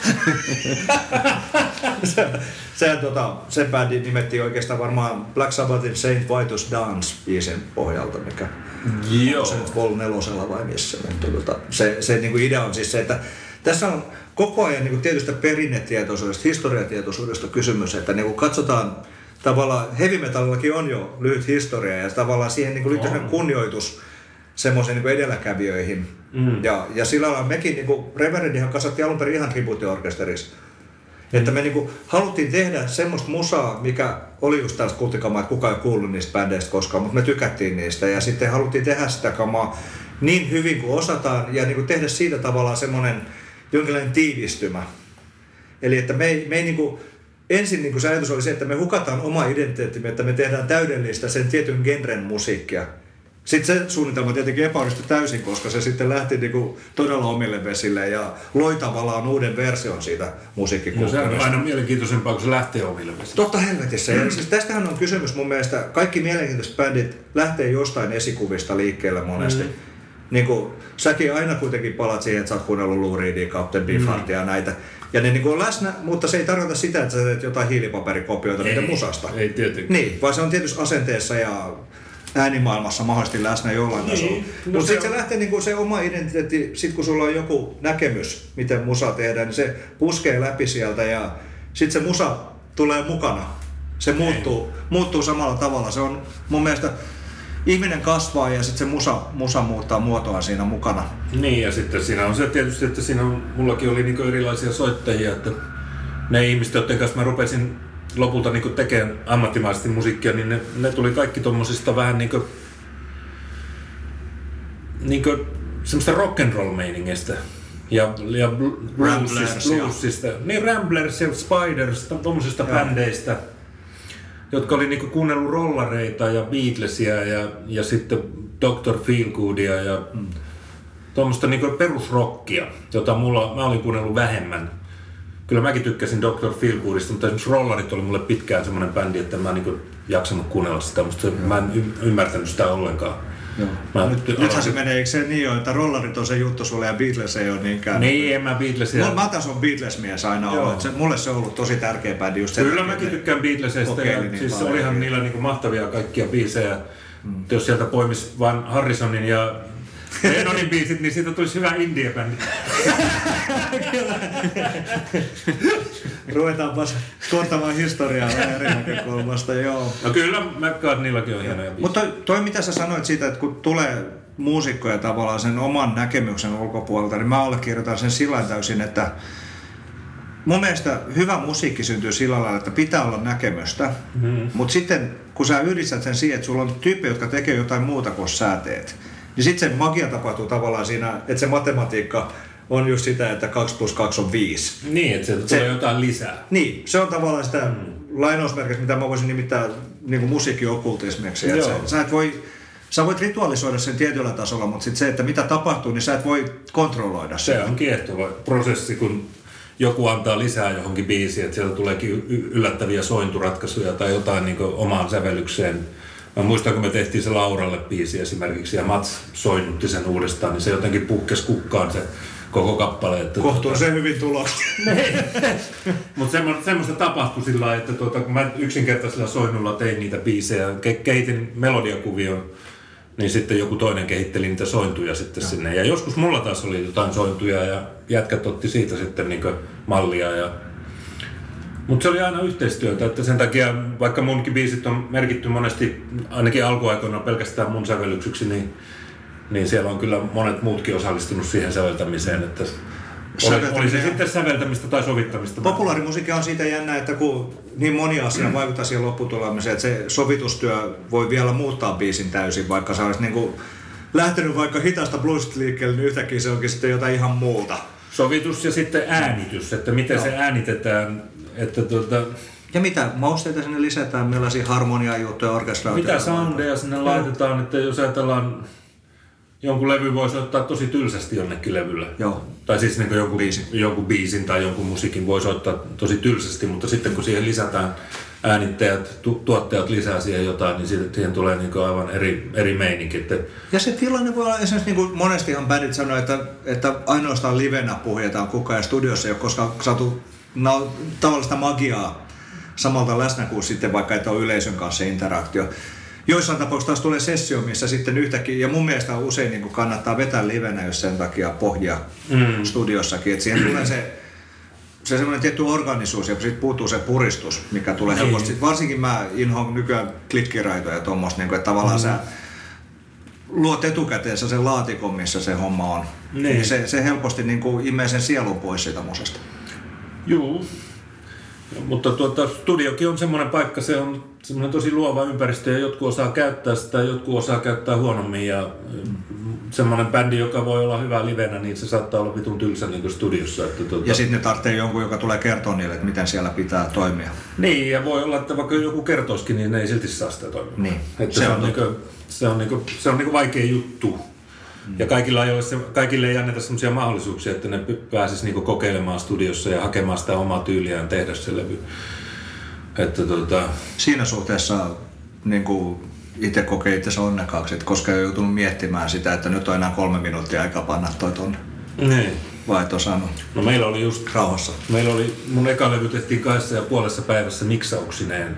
se, se, tota, se bändi nimettiin oikeastaan varmaan Black Sabbathin Saint Vitus Dance-biisin pohjalta, mikä Joo. on se nyt Vol nelosella vai missä. Mutta, tota, se se niin kuin idea on siis se, että tässä on koko ajan niin kuin tietystä perinnetietoisuudesta, historiatietoisuudesta kysymys, että niin kuin katsotaan tavallaan, heavy metallillakin on jo lyhyt historia ja tavallaan siihen niin kuin liittyy kunnioitus semmoisen niin edelläkävijöihin. Mm. Ja, ja sillä lailla mekin, niin kuin Reverendihan kasatti alun perin ihan tribuuttiorkesterissa. Mm. Että me niin kuin haluttiin tehdä semmoista musaa, mikä oli just tällaista kulttikamaa, että kukaan ei kuullut niistä bändeistä koskaan, mutta me tykättiin niistä. Ja sitten haluttiin tehdä sitä kamaa niin hyvin kuin osataan ja niin kuin tehdä siitä tavallaan semmoinen jonkinlainen tiivistymä. Eli että me ei, me ei niin kuin, ensin niin kuin se ajatus oli se, että me hukataan oma identiteettimme, että me tehdään täydellistä sen tietyn genren musiikkia. Sitten se suunnitelma tietenkin epäonnistui täysin, koska se sitten lähti niinku todella omille vesille ja loi tavallaan uuden version siitä musiikkikulttuurista. No se on aina mielenkiintoisempaa, kun se lähtee omille vesille. Totta helvetissä. Ja siis tästähän on kysymys mun mielestä. Kaikki mielenkiintoiset bändit lähtee jostain esikuvista liikkeelle monesti. Mm. Niin kuin, säkin aina kuitenkin palat siihen, että sä oot kuunnellut Lou Reedia, Captain Beefheartia ja näitä. Ja ne niin kuin on läsnä, mutta se ei tarkoita sitä, että sä teet jotain hiilipaperikopioita niitä musasta. Ei tietenkään. Niin, vaan se on tietysti asenteessa ja äänimaailmassa mahdollisesti läsnä jollain tasolla. Niin, no mutta sitten se lähtee niinku se oma identiteetti, sit kun sulla on joku näkemys, miten musa tehdään, niin se puskee läpi sieltä ja sitten se musa tulee mukana. Se muuttuu, muuttuu samalla tavalla. Se on mun mielestä, ihminen kasvaa ja sitten se musa, musa muuttaa muotoa siinä mukana. Niin ja sitten siinä on se tietysti, että siinä on, mullakin oli niinku erilaisia soittajia, että ne ihmiset, joiden kanssa mä rupesin lopulta niinku tekemään ammattimaisesti musiikkia, niin ne, ne tuli kaikki tommosista vähän niinku, niinku semmoista rock'n'roll-meiningistä. Ja, ja bluesista, bluesista. Niin Ramblers ja Spiders, tommosista ja bändeistä, jotka oli niinku kuunnellut rollareita ja Beatlesia ja, ja sitten doctor Feelgoodia ja mm. tuommoista niinku perusrockia, jota mulla, mä olin kuunnellut vähemmän. Kyllä mäkin tykkäsin doctor Feelgoodista, mutta esimerkiksi rollarit oli mulle pitkään semmoinen bändi, että mä en niinku jaksanut kuunnella sitä, mutta mä en y- ymmärtänyt sitä ollenkaan. Mä Nyt, nyt, nythän se menee, eikö se niin ole, että rollarit on se juttu sulle ja Beatles ei ole niinkään? Niin, en mä Beatlesia. Mä taas on Beatles-mies aina ollut, se, mulle se on ollut tosi tärkeä bändi just sen. Kyllä mäkin tykkään Beatlesista ja niin siis paljon. Olihan niillä niinku mahtavia kaikkia biisejä. Mm. Jos sieltä poimis vain Harrisonin ja Lennonin biisit, niin siitä tulisi hyvä indie-bändi. Ruvetaanpas tuottamaan historiaa eri näkökulmasta, joo. No kyllä, McCartneyllakin on hienoja biisejä. Mutta toi, toi mitä sä sanoit siitä, että kun tulee muusikkoja tavallaan sen oman näkemyksen ulkopuolelta, niin mä allekirjoitan sen sillä täysin, että mun mielestä hyvä musiikki syntyy sillä lailla, että pitää olla näkemystä, mm-hmm. mutta sitten kun sä yhdistät sen siihen, että sulla on tyyppi, jotka tekee jotain muuta kuin sä teet, niin sitten se magia tapahtuu tavallaan siinä, että se matematiikka on just sitä, että kaksi plus kaksi on viisi. Niin, että sieltä tulee jotain lisää. Niin, se on tavallaan sitä mm. lainausmerkistä, mitä mä voisin nimittää niin kuin musiikkiokkultismiksi. Sä, sä, et voi, sä voit ritualisoida sen tietyllä tasolla, mutta sitten se, että mitä tapahtuu, niin sä et voi kontrolloida sitä. Se on kiehtova prosessi, kun joku antaa lisää johonkin biisiin, että sieltä tuleekin yllättäviä sointuratkaisuja tai jotain niin kuin omaan sävellykseen. Mä muistan, kun me tehtiin se Lauralle biisi esimerkiksi ja Mats soinnutti sen uudestaan, niin se jotenkin puhkesi kukkaan se koko kappale. Että kohtuullisen tuota, hyvin tulosta. Mutta semmoista tapahtui sillä lailla, että tuota, kun mä yksinkertaisella soinnulla tein niitä biisejä, ke- kehitin melodiakuvion, niin sitten joku toinen kehitteli niitä sointuja sitten ja. sinne. Ja joskus mulla taas oli jotain sointuja ja jätkät otti siitä sitten niin mallia. Ja mutta se oli aina yhteistyötä, että sen takia, vaikka munkin biisit on merkitty monesti, ainakin alkuaikoina pelkästään mun sävellyksiksi, niin, niin siellä on kyllä monet muutkin osallistunut siihen säveltämiseen, että oli, oli se sitten säveltämistä tai sovittamista. Populaarimusiikki on siitä jännä, että kun niin moni asia mm. vaikuttaa siihen lopputulemiseen, että se sovitustyö voi vielä muuttaa biisin täysin, vaikka sä olisit niin kuin lähtenyt vaikka hitaasta bluesista liikkeelle, niin yhtäkkiä se onkin sitten jotain ihan muuta. Sovitus ja sitten äänitys, että miten no. se äänitetään. Että tuota, ja mitä mausteita sinne lisätään, millaisia harmonia-juttuja, orkestraatioita? Mitä soundeja sinne no. laitetaan, että jos ajatellaan, jonkun levy voi soittaa tosi tylsästi jonnekin levyllä. Joo. Tai siis niin jonkun, biisin. jonkun biisin tai jonkun musiikin voi soittaa tosi tylsästi, mutta sitten kun siihen lisätään äänittäjät, tu- tuottajat lisää siihen jotain, niin siihen, siihen tulee niin aivan eri, eri meininki. Että ja se tilanne voi olla esimerkiksi, niin kuin monestihan bändit sanoo, että, että ainoastaan livenä puhjetaan kukaan ja studiossa ei ole koskaan saatu no, tavallista magiaa samalta läsnä kuin sitten vaikka, että on yleisön kanssa interaktio. Joissain tapauksissa taas tulee sessio, missä sitten yhtäkkiä, ja mun mielestä usein niin kuin kannattaa vetää livenä, jos sen takia pohjaa mm. studiossakin, että siihen tulee se, se semmoinen tietty organisuus, ja sitten puuttuu se puristus, mikä tulee niin helposti. Varsinkin mä inhoan nykyään klikkiraitoja ja tuommoista, niin että tavallaan mm. sä luot etukäteen sen laatikon, missä se homma on. Niin. Se, se helposti niin kuin imee sen sielun pois siitä musasta. Joo, mutta tuota, studiokin on semmoinen paikka, se on semmoinen tosi luova ympäristö ja jotkut osaa käyttää sitä, jotkut osaa käyttää huonommin ja semmoinen bändi, joka voi olla hyvä livenä, niin se saattaa olla vitun tylsä niin kuin studiossa. Että tuota ja sitten ne tarvitsee jonkun, joka tulee kertoa niille, että miten siellä pitää toimia. Niin, ja voi olla, että vaikka joku kertoisikin, niin ne ei silti saa sitä toimia. Niin. Että se, se, on on niinku, se on niinku, se on niinku vaikea juttu. Mm. Ja kaikilla ei, ole se, kaikille ei anneta sellaisia mahdollisuuksia, että ne pääsisi niinku kokeilemaan studiossa ja hakemaan sitä omaa tyyliään tehdä se levy. Että tuota siinä suhteessa niin itse kokee itse onnekkaaksi, että koska ei ole joutunut miettimään sitä, että nyt on enää kolme minuuttia aikaa panna toi tonne. Niin. Vai et osannut? No meillä oli just rauhassa. Meillä oli, mun eka levy tehtiin kahdessa ja puolessa päivässä miksauksineen.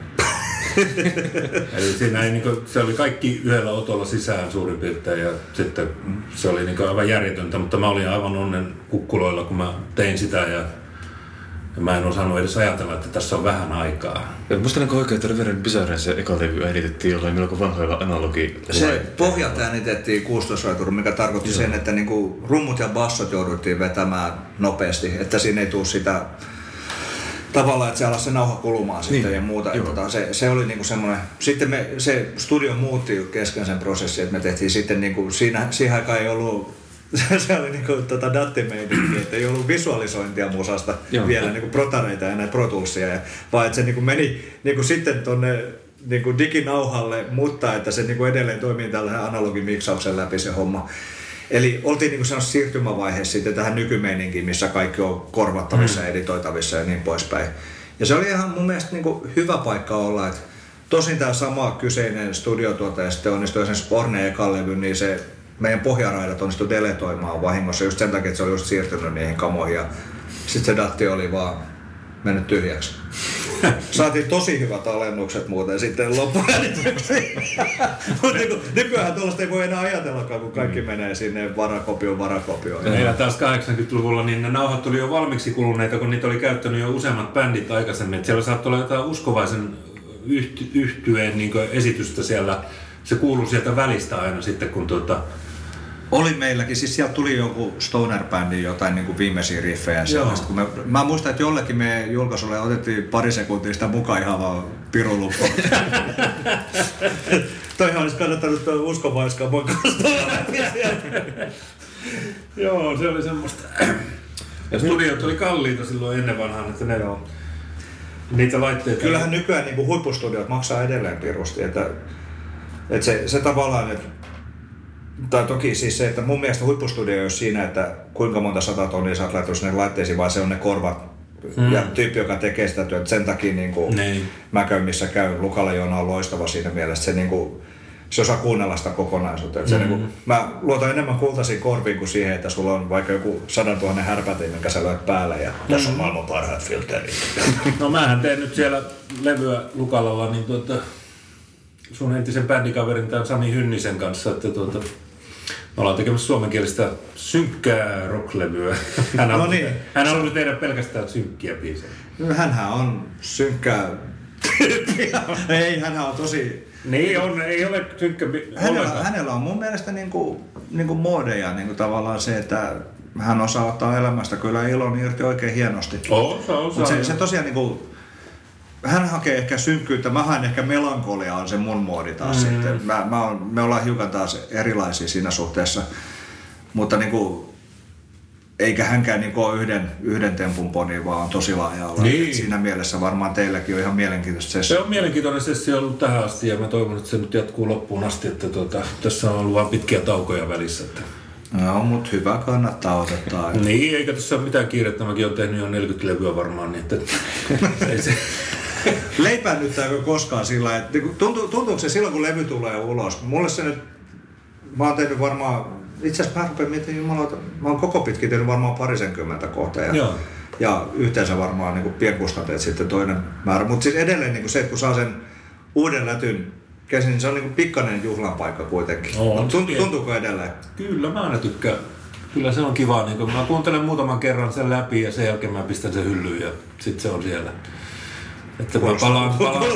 Eli siinä ei, niin kuin, se oli kaikki yhdellä otolla sisään suurin piirtein ja sitten se oli niin kuin aivan järjetöntä, mutta mä olin aivan onnen kukkuloilla, kun mä tein sitä ja, ja mä en osannut edes ajatella, että tässä on vähän aikaa. Ja musta niin oikein, että Reverend Bizarren se eka levy äänitettiin jollain melko vanhoilla analogi. Se pohjat äänitettiin kuusitoista-raituri, mikä tarkoitti Joo. sen, että niin kuin rummut ja bassot jouduttiin vetämään nopeasti, että siinä ei tule sitä tavallaan, että se alasi se nauha kulumaan niin. sitten ja muuta. Tota, se, se oli niinku semmoinen. Sitten me, se studio muutti kesken sen prosessin, että me tehtiin sitten niinku, siinä, siihen aikaan ei ollut, se oli niinku tota dattimeininki, että ei ollut visualisointia musasta Joo. vielä, niinku protareita ja näitä Pro Toolsia, ja, vaan että se niinku meni niinku sitten tonne niinku diginauhalle, mutta että se niinku edelleen toimii tällaisen analogimiksauksen läpi se homma. Eli oltiin niinku sellaisessa siirtymävaiheessa sitten tähän nykymeininkiin, missä kaikki on korvattavissa ja mm. editoitavissa ja niin poispäin. Ja se oli ihan mun mielestä niinku hyvä paikka olla, että tosin tämä sama kyseinen studiotuotaja sitten onnistui esimerkiksi Orneen ekan levyn, niin se meidän pohjaraidat onnistui deletoimaan vahingossa just sen takia, että se oli just siirtynyt niihin kamoihin ja sitten se datti oli vaan mennyt tyhjäksi. Saatiin tosi hyvät alennukset muuten sitten loppuäänityksiin. Mutta niin nykyään tuollaista ei voi enää ajatellakaan, kun kaikki mm. menee sinne varakopioon varakopioon. Meillä taas kahdeksankymmentäluvulla niin ne nauhat tuli jo valmiiksi kuluneita, kun niitä oli käyttänyt jo useammat bändit aikaisemmin. Et siellä saattoi olla jotain uskovaisen yhty- yhtyeen niin esitystä siellä. Se kuului sieltä välistä aina sitten, kun tuota oli meilläkin, siis sieltä tuli joku stoner-bändi, jotain niin kuin viimeisiä riffejä sellaista. Kun me, mä muistan, että jollekin meidän julkaisulle otettiin pari sekuntia sitä mukaan ihan vaan piruluppoa. Toihan olisi kannattanut tuon uskovaiskaan mukaan Joo, se oli semmoista. Ja studiot oli kalliita silloin ennen vanhaan, että ne on niitä laitteita. Kyllähän nykyään niin kuin huippustudiot maksaa edelleen pirusti, että, että se, se tavallaan, että Tai toki siis se, että mun mielestä huippustudio ei ole siinä, että kuinka monta sata tonnia sä oot laittanut sinne laitteisiin, vaan se on ne korvat. Mm. Ja tyyppi, joka tekee sitä työtä. Sen takia niin kuin mä käyn, missä käyn. Lukala Joona on loistava siinä mielessä. Se, niin kuin, se osaa kuunnella sitä kokonaisuutta. Mm. Se, niin kuin, mä luotan enemmän kultaisiin korviin kuin siihen, että sulla on vaikka joku sadan tuhannen härpätin, minkä sä lyöt päälle. Ja mm. tässä on maailman parhaat filterit. No mähän teen nyt siellä levyä Lukalalla, niin tuota, sun entisen bändikaverin tämän Sami Hynnisen kanssa, että tuota, me ollaan tekemässä suomenkielistä synkkää rocklevyä. Hän on, no niin. Hän on ollut tehdä pelkästään synkkiä biisejä. No, hänhän on synkkää. Ei, hänhän on tosi... Niin on, ei ole synkkä biisejä. Hänellä, hänellä on mun mielestä niinku, niinku moodeja niinku tavallaan se, että hän osaa ottaa elämästä kyllä ilon irti oikein hienosti. Osa, osa. Se, se tosiaan niinku... Hän hakee ehkä synkkyyttä, mä haen ehkä melankoliaa, on se mun moodi taas mm. sitten. Mä, mä on, me ollaan hiukan taas erilaisia siinä suhteessa, mutta niinku, eikä hänkään niinku ole yhden, yhden tempun poni, vaan on tosi laaja-alainen. Niin. Siinä mielessä varmaan teilläkin on ihan mielenkiintoista sessio. Se on mielenkiintoinen sessio ollut tähän asti ja mä toivon, että se nyt jatkuu loppuun asti, että tuota, tässä on ollut vain pitkiä taukoja välissä. Että... No, mutta hyvä kannattaa ottaa. Niin, eikä tässä ole mitään kiirettä, mäkin olen tehnyt jo neljäkymmentä levyä varmaan, niin että ei se... Leipäännyttääkö koskaan sillä, että tuntuu, tuntuuko se silloin, kun levy tulee ulos? Mulle se nyt, mä oon tehnyt varmaan, itse asiassa mä rupean miettimään, jumalauta, mä oon koko pitkin tehnyt varmaan parisenkymmentä kohtaa ja, ja yhteensä varmaan niin pienkustanteet sitten toinen määrä. Mutta siis edelleen niin se, että kun saa sen uuden lätyn käsin, niin se on niin pikkainen juhlanpaikka kuitenkin. On, Tuntu, tuntuuko edelleen? Kyllä, mä aina tykkään. Kyllä se on kiva. Niin mä kuuntelen muutaman kerran sen läpi ja sen jälkeen mä pistän sen hyllyyn ja sit se on siellä. Että mä palaan, palaan,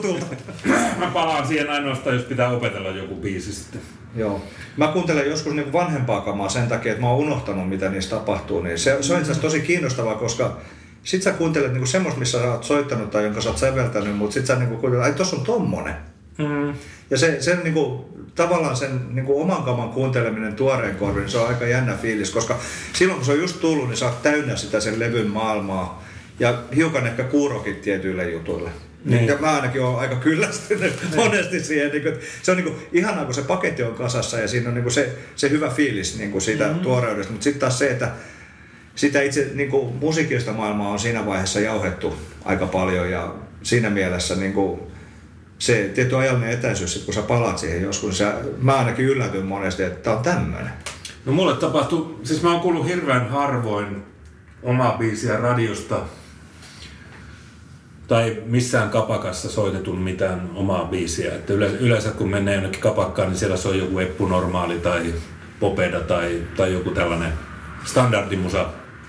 mä palaan siihen ainoastaan, jos pitää opetella joku biisi sitten. Joo. Mä kuuntelen joskus niin vanhempaa kamaa sen takia, että mä oon unohtanut, mitä niissä tapahtuu. Niin se, se on itse asiassa tosi kiinnostavaa, koska sit sä kuuntelet niin semmoista, missä sä oot soittanut tai jonka sä oot säveltänyt, mutta sit sä niin kuuntelet, ai tossa on tommonen. Mm. Ja se, sen, niin kuin, tavallaan sen niin kuin oman kaman kuunteleminen tuoreen korviin, niin se on aika jännä fiilis, koska silloin kun se on just tullut, niin sä oot täynnä sitä sen levyn maailmaa. Ja hiukan ehkä kuurokin tietyille jutuille. Niin. Ja mä ainakin oon aika kyllästynyt monesti siihen. Niin kuin, se on niin kuin, ihanaa, kun se paketti on kasassa ja siinä on niin kuin se, se hyvä fiilis niin kuin siitä mm-hmm. tuoreudesta. Mutta sitten taas se, että sitä itse niin kuin, musiikillista maailmaa on siinä vaiheessa jauhettu aika paljon. Ja siinä mielessä niin kuin, se tietty ajallinen etäisyys, että kun sä palaat siihen joskus, niin sä, mä ainakin yllätyn monesti, että tää on tämmönen. No mulle tapahtui, siis mä oon kuullut hirveän harvoin omaa biisiä radiosta tai missään kapakassa soitetun mitään omaa biisiä. Että yleensä, yleensä kun menee jonnekin kapakkaan, niin siellä se on joku Eppu Normaali tai Popeda tai, tai joku tällainen standardimusa.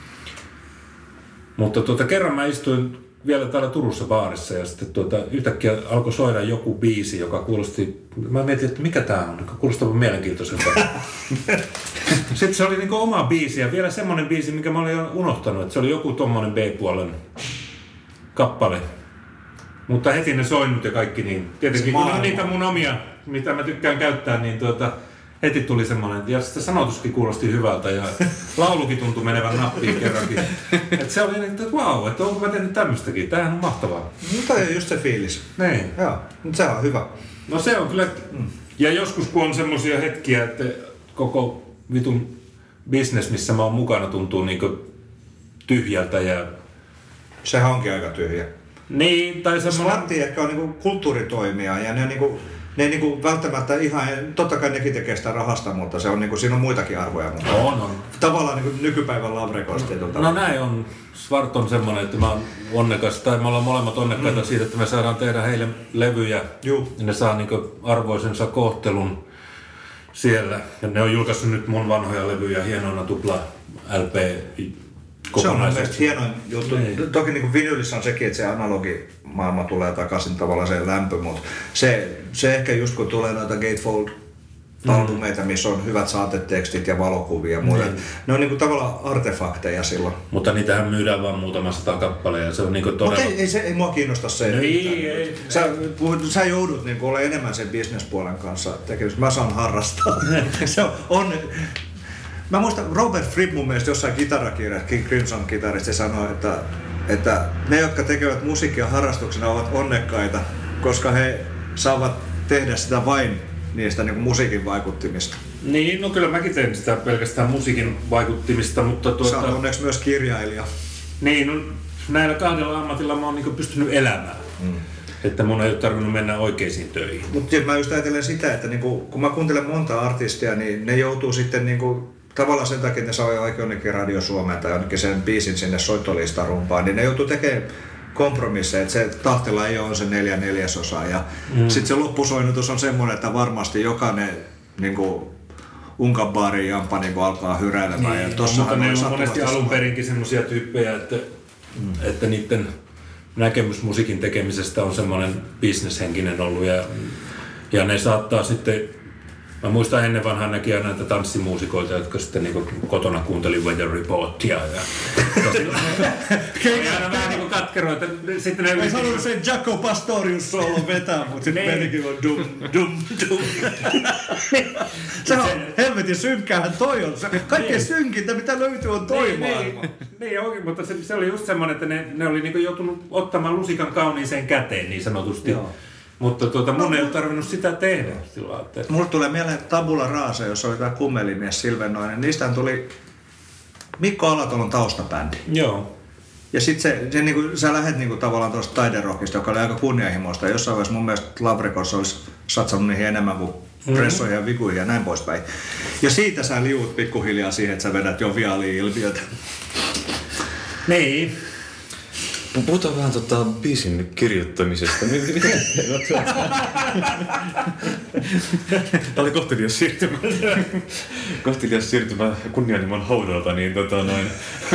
Mutta tuota, kerran mä istuin vielä täällä Turussa baarissa ja sitten tuota, yhtäkkiä alkoi soida joku biisi, joka kuulosti, mä mietin, että mikä tää on, joka kuulostaa mielenkiintoiselta. Sitten se oli niinku oma biisi ja vielä semmonen biisi, mikä mä olin unohtanut, että se oli joku tommonen B-puolen kappale. Mutta heti ne soinut ja kaikki niin. Tietenkin kun on niitä mun omia, mitä mä tykkään käyttää, niin tuota, heti tuli semmoinen, ja sitten sanotuskin kuulosti hyvältä ja laulukin tuntui menevän nappiin kerrankin. Että se oli niin, että vau, että onko mä tehnyt tämmöstäkin, tämähän on mahtavaa. No toi on just se fiilis. Niin. Joo, mutta se on hyvä. No se on kyllä, ja joskus kun on semmosia hetkiä, että koko vitun business, missä mä oon mukana, tuntuu niinku tyhjältä ja... Sehän onkin aika tyhjä. Niin, tai semmoinen... Svartti ehkä on niinku kulttuuritoimija ja ne niinku... Ne ei niinku välttämättä ihan, totta kai nekin tekee sitä rahasta, mutta se on niinku, siinä on muitakin arvoja. Mutta on, on. Tavallaan niinku nykypäivän lavrekoista. No, no näin on. Svart on semmoinen, että mä oon onnekas, tai me ollaan molemmat onnekkaita mm. siitä, että me saadaan tehdä heille levyjä. Juh. Ja ne saa niinku arvoisensa kohtelun siellä. Ja ne on julkaissut nyt mun vanhoja levyjä hienoina tupla L P se on mielestäni hienoin juttu. Niin. Toki niin kuin vinylissä on sekin, että se analogimaailma tulee takaisin tavallaan se lämpö, mutta se, se ehkä just kun tulee noita Gatefold-albumeita, mm. missä on hyvät saatetekstit ja valokuvia ja muuta, niin. Ne on niin kuin tavallaan artefakteja silloin. Mutta niitähän myydään vaan muutama sata kappale ja se on niin kuin todella... Mutta ei, ei, se, ei mua kiinnosta se. No ei, ei. Sä, sä joudut niin kuin olemaan enemmän sen bisnespuolen kanssa tekemistä. Mä saan harrastaa. Se on... on Mä muistan, Robert Fripp mun mielestä jossain kitarakirjassa, King Crimson-kitaristi sanoi, että, että ne, jotka tekevät musiikkia harrastuksena, ovat onnekkaita, koska he saavat tehdä sitä vain niistä niin kuin musiikin vaikuttimista. Niin, no kyllä mäkin teen sitä pelkästään musiikin vaikuttimista, mutta tuota... Sä oot onneksi myös kirjailija. Niin, no, näillä kahdella ammatilla mä oon niin pystynyt elämään. Mm. Että mun ei ole tarvinnut mennä oikeisiin töihin. Mutta mä just ajattelen sitä, että niinku, kun mä kuuntelen monta artistia, niin ne joutuu sitten niinku, tavallaan sen takia, että ne saa vaikka jonnekin Radio Suomeen tai jonnekin sen biisin sinne soittolistarumpaan, niin ne joutuu tekemään kompromisseja, että se tahtilla ei ole se neljä neljäsosaa. Ja mm. sitten se loppusoinnutus on semmoinen, että varmasti jokainen niinku, unkabaari jampa niin alkaa hyräilemään. Niin, ja mutta ne on monesti alun perinkin semmoisia tyyppejä, että, mm. että niiden näkemys musiikin tekemisestä on semmoinen bisneshenkinen ollut ja, ja ne saattaa sitten, mä muistan ennen vanhaan näkiä näitä tanssimuusikoita, jotka sitten niin kotona kuunteli Weather Reportia ja tosi aina vähän niin kuin katkeroita. Sitten ne ei sanonut sen Jaco Pastorius soolon vetää, mutta sitten menikin on dum dum dum. Se on helvetin synkkäähän toi on. Kaikkein synkintä mitä löytyy on toi maailma. Niin oikein, mutta se, se oli just semmoinen, että ne, ne oli niinku joutunut ottamaan lusikan kauniiseen käteen niin sanotusti. Joo. Mutta tuota, mun no, ei ole tarvinnut sitä tehdä sillä että... Mulle tulee mieleen Tabula Rasa, jossa oli tämä kummelimies Silvennoinen. Niistähän tuli Mikko Alatalon taustabändi. Joo. Ja sit se, se niinku, sä lähet niinku tavallaan tuosta taiderockista, joka oli aika kunnianhimoista. Jossain vaiheessa mun mielestä Labrikos olisi satsannut niihin enemmän kuin pressoihin ja vikuihin ja näin poispäin. Ja siitä sä liuut pikkuhiljaa siihen, että sä vedät joviaalia-ilmiötä. Niin. Puhutaan vähän tota biisin kirjoittamisesta. Mitä? Tämä oli kohtelias siirtymä. Kohtelias siirtymä kunnianhimon haudalta, niin tota noin.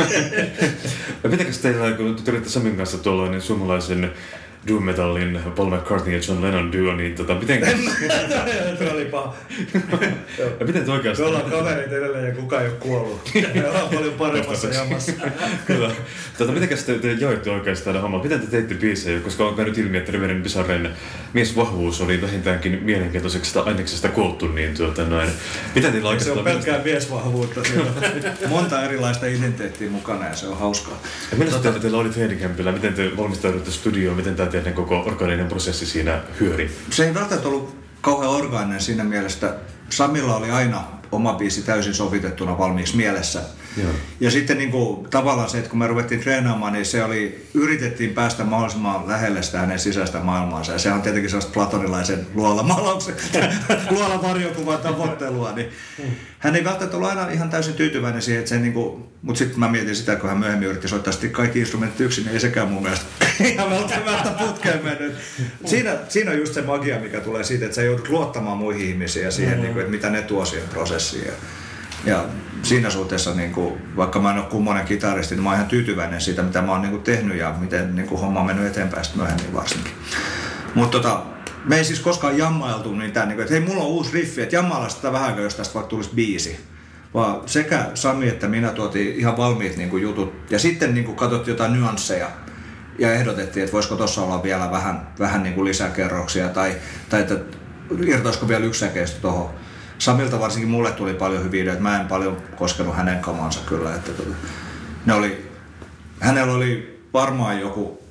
Mitenkäs teillä, kun te olitte Samin kanssa tuollainen suomalaisen doom metallin Paul McCartney ja John Lennon duo, niin tota, miten... Se oli paha. Ja miten te oikeastaan... Me ollaan kaverit edelleen ja kukaan ei ole kuollut. Me ollaan paljon paremmassa jamassa. Kyllä. Tota, mitenkäs te, te joitte oikeastaan nämä hommat? Miten te teitte biisejä? Koska on käynyt ilmi, että Reverend Bizarren miesvahvuus oli vähintäänkin mielenkiintoisesta aineksesta koottu, niin tuota noin... Miten teillä oikeastaan... Se on pelkkää miesvahvuutta. Monta erilaista identiteettiä mukana ja se on hauskaa. Ja millä tota... teillä oli Heidinkämpillä? Miten te valmistaudutte studioon? Miten tämä teidän koko orgaaninen prosessi siinä hyöri? Se ei välttämättä ollut kauhean orgaaninen siinä mielessä. Samilla oli aina oma biisi täysin sovitettuna valmiiksi mielessä. Joo. Ja sitten niin kuin, tavallaan se, että kun me ruvettiin treenaamaan, niin se oli, yritettiin päästä mahdollisimman lähelle sitä hänen sisäistä maailmaansa. Ja se on tietenkin sellaista platonilaisen luolamalauksen, luolavarjokuvan tavoittelua. Niin hän ei välttämättä ollut aina ihan täysin tyytyväinen siihen, että se niin kuin, mutta sitten mä mietin sitä, kun hän myöhemmin yritti soittaa sitten kaikki instrumentit yksin, niin ei sekään mun mielestä ihan välttämättä putkeen mennyt. Siinä, siinä on just se magia, mikä tulee siitä, että sä joudut luottamaan muihin ihmisiin ja siihen, mm-hmm. niin kuin, että mitä ne tuo siihen prosessiin. Ja, ja siinä suhteessa, niin kuin, vaikka mä en ole kummonen kitaristi, niin mä oon ihan tyytyväinen siitä, mitä mä oon niin kuin tehnyt ja miten niin kuin homma on mennyt eteenpäin sitten myöhemmin varsinkin. Mutta tota, me ei siis koskaan jammailtu niitä, niin kuin, että hei, mulla on uusi riffi, että jammaillaan sitä vähän, jos tästä vaikka tulisi biisi. Vaan sekä Sami että minä tuotiin ihan valmiit niin kuin jutut ja sitten niin kuin katsottiin jotain nyansseja ja ehdotettiin, että voisiko tuossa olla vielä vähän, vähän niin kuin lisäkerroksia tai, tai että irtoisiko vielä yksi säkeistä tuohon. Samilta varsinkin mulle tuli paljon hyviä ideoita, mä en paljon koskenut hänen kamansa kyllä. Että tuota, ne oli, hänellä oli varmaan joku,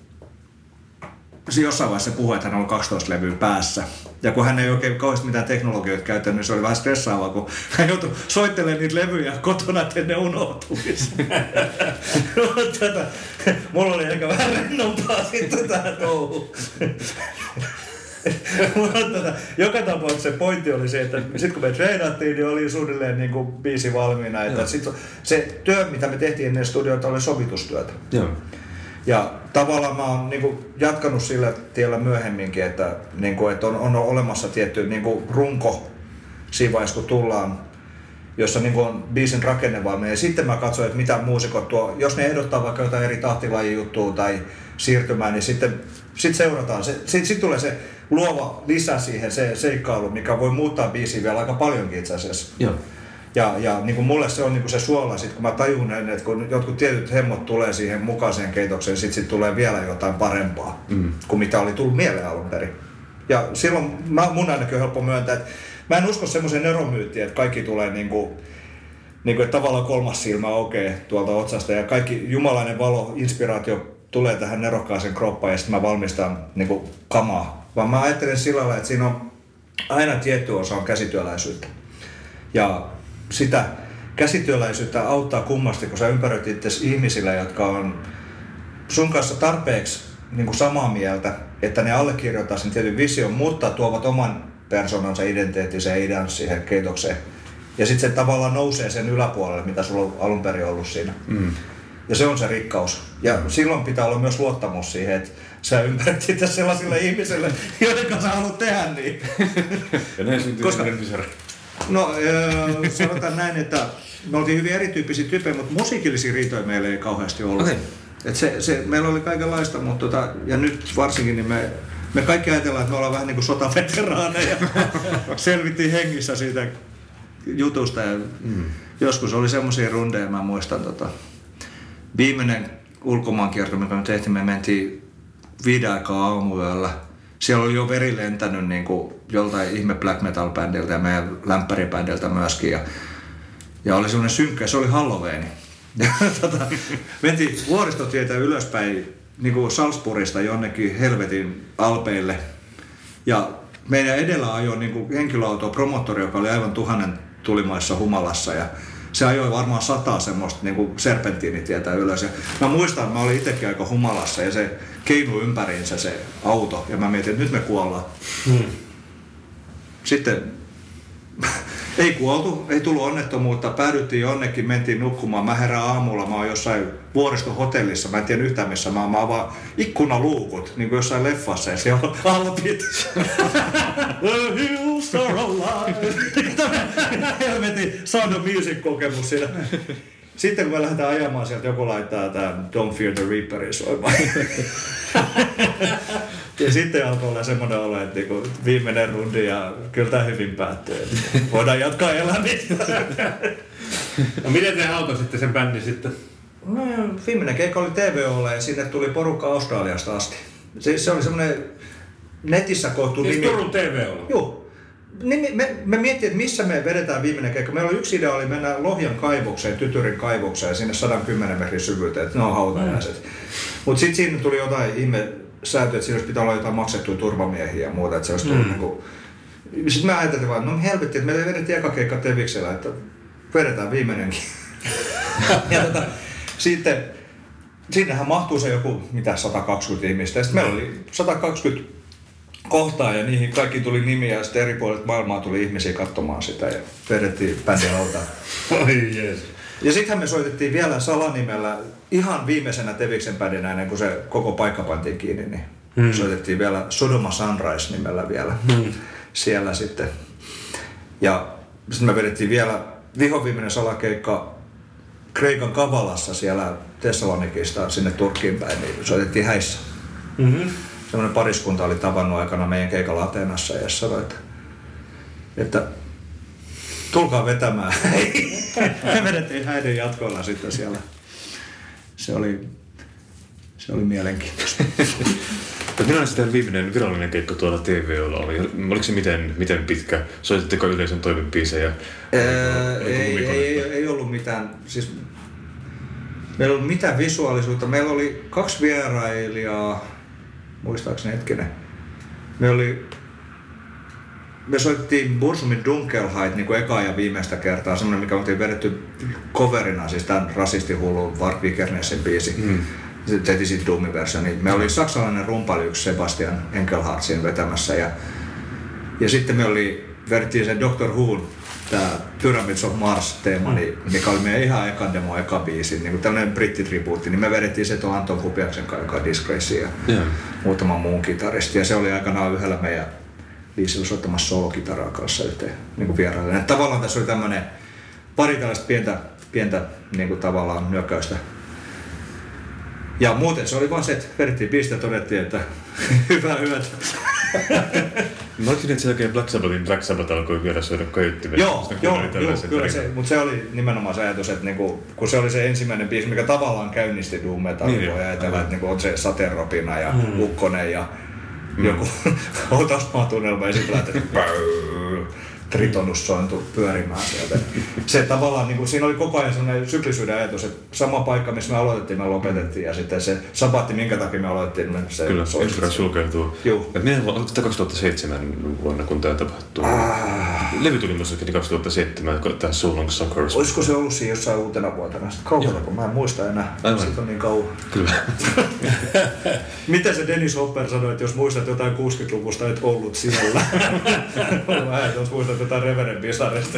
jossain vaiheessa puhui, että hän oli kaksitoista levyä päässä. Ja kun hän ei oikein kauheasti mitään teknologioita käyttänyt, niin se oli vähän stressaavaa, kun hän joutui soittelemaan niitä levyjä kotona, että ne unohtuisi. Mulla oli ehkä vähän rennompaa sitten tää touhu. Mutta joka tapauksessa se pointti oli se, että sitten kun me treenattiin, niin oli suunnilleen niin kuin biisi valmiina. Että sit se työ, mitä me tehtiin ennen studioita, oli sovitustyötä. Joo. Ja tavallaan mä oon niin kuin jatkanut sillä tiellä myöhemminkin, että, niin kuin, että on, on olemassa tietty niin kuin runko siinä vaiheessa, kun tullaan, jossa niin kuin on biisin rakenne valmiina. Ja sitten mä katsoin, että mitä muusikot tuo, jos ne ehdottaa vaikka jotain eri tahtilajin juttua tai siirtymää, niin sitten sit seurataan. Sitten sit tulee se luova lisä siihen, se seikkailu, mikä voi muuttaa biisiä vielä aika paljonkin itse asiassa. Joo. Ja, ja niin kuin mulle se on niin kuin se suola, sit kun mä tajun, että kun jotkut tietyt hemmot tulee siihen mukaiseen keitokseen, sit, sit tulee vielä jotain parempaa mm. kuin mitä oli tullut mieleen alun perin. Ja silloin mä, mun ainakin on helppo myöntää, että mä en usko semmoiseen neromyyttiin, että kaikki tulee niin kuin, niin kuin, että tavallaan kolmas silmä aukeaa okay, tuolta otsasta ja kaikki jumalainen valo, inspiraatio tulee tähän nerokkaaseen kroppaan ja sitten mä valmistan niin kuin kamaa. Vaan mä ajattelen sillä lailla, että siinä on aina tietty osa on käsityöläisyyttä. Ja sitä käsityöläisyyttä auttaa kummasti, kun sä ympäröit itse ihmisillä, jotka on sun kanssa tarpeeksi niin kuin samaa mieltä, että ne allekirjoittaa sen tietyn vision, mutta tuovat oman persoonansa identiteettisen ja idean siihen keitokseen. Ja sitten se tavallaan nousee sen yläpuolelle, mitä sulla on alun perin ollut siinä. Mm. Ja se on se rikkaus. Ja silloin pitää olla myös luottamus siihen, että sä ymmärrät itse sellaisille ihmisille, joiden kanssa haluat tehdä niin. Ja näin syntyy Koska... pisara. No äh, sanotaan näin, että me oltiin hyvin erityyppisiä tyyppejä, mutta musiikillisia riitoja meillä ei kauheasti ollut. Okay. Et se, se, meillä oli kaikenlaista, mutta tota, ja nyt varsinkin niin me, me kaikki ajatellaan, että me ollaan vähän niin kuin sotaveteraaneja. Selvittiin hengissä siitä jutusta. Ja mm. Joskus oli semmoisia rundeja, mä muistan tota, viimeinen ulkomaankierto, mikä me tehtiin, me mentiin viiden aikaa aamuyöllä. Siellä oli jo veri lentänyt niin kuin joltain ihme black metal bändiltä ja meidän lämpäribändiltä myöskin. Ja, ja oli semmoinen synkkä, se oli Halloween. Ja, tota, mentiin vuoristotietä ylöspäin niin kuin Salzburgista jonnekin helvetin alpeille. Ja meidän edellä ajoi niin kuin henkilöauto promottori, joka oli aivan tuhannen tulimaissa humalassa. Ja se ajoi varmaan sataa semmoista niin kuin serpentiinitietä ylös. Ja mä muistan, että mä olin itsekin aika humalassa ja se keinu ympäriinsä se auto. Ja mä mietin, että nyt me kuollaan. Hmm. Sitten ei kuoltu, ei tullut onnettomuutta. Päädyttiin jonnekin, mentiin nukkumaan. Mä herään aamulla, mä oon jossain vuoristohotellissa. Mä en tiedä yhtään missä mä oon. Mä oon vaan ikkunaluukut, niin kuin jossain leffassa. Ja siellä on alpit. The hills are alive. Helvetin Sound of Music-kokemus siinä. Sitten kun me lähdetään ajamaan sieltä, joku laittaa tämän Don't Fear the Reaperin soimaan. Ja sitten alkoi olla semmoinen olo, että niinku viimeinen rundi ja kyllä tämä hyvin päättyy. Voidaan jatkaa elämistä. No miten te auto sitten sen bändin sitten? No, viimeinen keikka oli T V O:lle ja sinne tuli porukka Australiasta asti. Se, se oli semmoinen netissä koottu nimi. Turun T V O:lla? Joo. Niin me, me miettii, että missä me vedetään viimeinen keikka. Meillä oli yksi idea, oli mennä Lohjan kaivokseen, Tytyrin kaivokseen, sinne sata kymmenen metrin syvyyteen, että ne on hautajaiset. Mm. Mutta sitten siinä tuli jotain ihme säätöä, että siinä olisi pitää olla jotain maksettuja turvamiehiä ja muuta, että se olisi tullut mm. niinku... Sitten mä ajattelin vaan, no helvetti, että meillä vedettiin eka keikka Teviksellä, että vedetään viimeinenkin. Ja tota, sitten sinnehän mahtuu se joku, mitä, sata kaksikymmentä ihmistä. Ja sitten meillä oli sata kaksikymmentä kohtaa ja niihin kaikki tuli nimiä ja sitten eri puolet maailmaa tuli ihmisiä katsomaan sitä ja vedettiin bändin altaan. Oi jees. Ja sittenhän me soitettiin vielä salanimellä ihan viimeisenä Teviksen bändinä ennen kuin se koko paikka pantiin kiinni, niin hmm. soitettiin vielä Sodoma Sunrise nimellä vielä hmm. siellä sitten. Ja sitten me vedettiin vielä vihoviimeinen salakeikka Kreikan Kavalassa siellä Thessalonikista sinne Turkkiin päin, niin soitettiin häissä. Mm-hmm. Semmoinen pariskunta oli tavannut aikana meidän keikalla Ateenassa ja sanoi, että, että tulkaa vetämään. Me vedettiin häiden jatkoilla sitten siellä. Se oli, se oli mielenkiintoista. Millainen sitten viimeinen virallinen keikka tuolla T V O:lla oli? Oliko se miten, miten pitkä? Soititteko yleisön toivebiisejä? Ei, ei, ei, ei ollut mitään. Siis, meillä ei ollut mitään visuaalisuutta. Meillä oli kaksi vierailijaa. Muistaakseni hetkinen. Me oli... Me soittiin Bursumin Dunkelheit niin kuin eka ja viimeistä kertaa. Semmoinen, mikä oltiin vedetty coverina, siis tämän rasistihulun Varg Vikernesin biisi. Mm. Sitten tehtiin siitä Doom-versio. Niin me oli saksalainen rumpali yksi Sebastian Engelhardt siinä vetämässä. Ja, ja sitten me oli, vedettiin sen Doctor Who'n, tää Pyramids of Mars-teema, mm. niin, mikä oli meidän ihan eka demo, eka biisi. Niin kuin tämmönen brittitribuutti. Niin me vedettiin se tuon Anton Kupiaksen kanssa, joka on Disgrace ja yeah. muutaman muun kitaristi. Ja se oli aikanaan yhdellä meidän biisillä soittamassa soolokitaraa kanssa yhteen niin vieraille. Tavallaan tässä oli tämmönen pari tällaista pientä, pientä niin kuin tavallaan nyökkäystä. Ja muuten se oli vaan se, että vedettiin biistä ja todettiin, että hyvää yötä. Mä olisin, että sen jälkeen Black Sabbathin Black Sabbath alkoi vielä soida kaiuttimella. Joo, joo, joo kyllä se, mutta se oli nimenomaan se ajatus, että niinku, kun se oli se ensimmäinen biisi, mikä tavallaan käynnisti doom metallia, niin, voi ajatella, että niinku on se Sateenropina ja mm. Ukkonen ja mm. joku Outasmaa-tunnelma ja sitten lähtee Tritonus sointu pyörimään sieltä. Se tavallaan, niin kuin, siinä oli koko ajan sellainen syklisyyden ajatus, että sama paikka, missä me aloitettiin, me lopetettiin ja sitten se sabatti, minkä takia me aloitettiin, niin se kyllä, Inspira sulkeutuu. Joo. Minä vuonna kaksituhattaseitsemän vuonna, kun tämä tapahtuu? Ah, levy tuli muistaakseni kaksituhattaseitsemän, tämä So Long Suckers. Olisiko se ollut siinä jossain uutena vuotena? Sitten kauan, kun mä en muista enää. Aivan. Siitä on niin kauan. Kyllä. Mitä se Dennis Hopper sanoi, että jos muistat jotain kuusikymmentäluvusta, et ollut siellä? Vähän, että jos muistat jotain Reverend Bizarresta.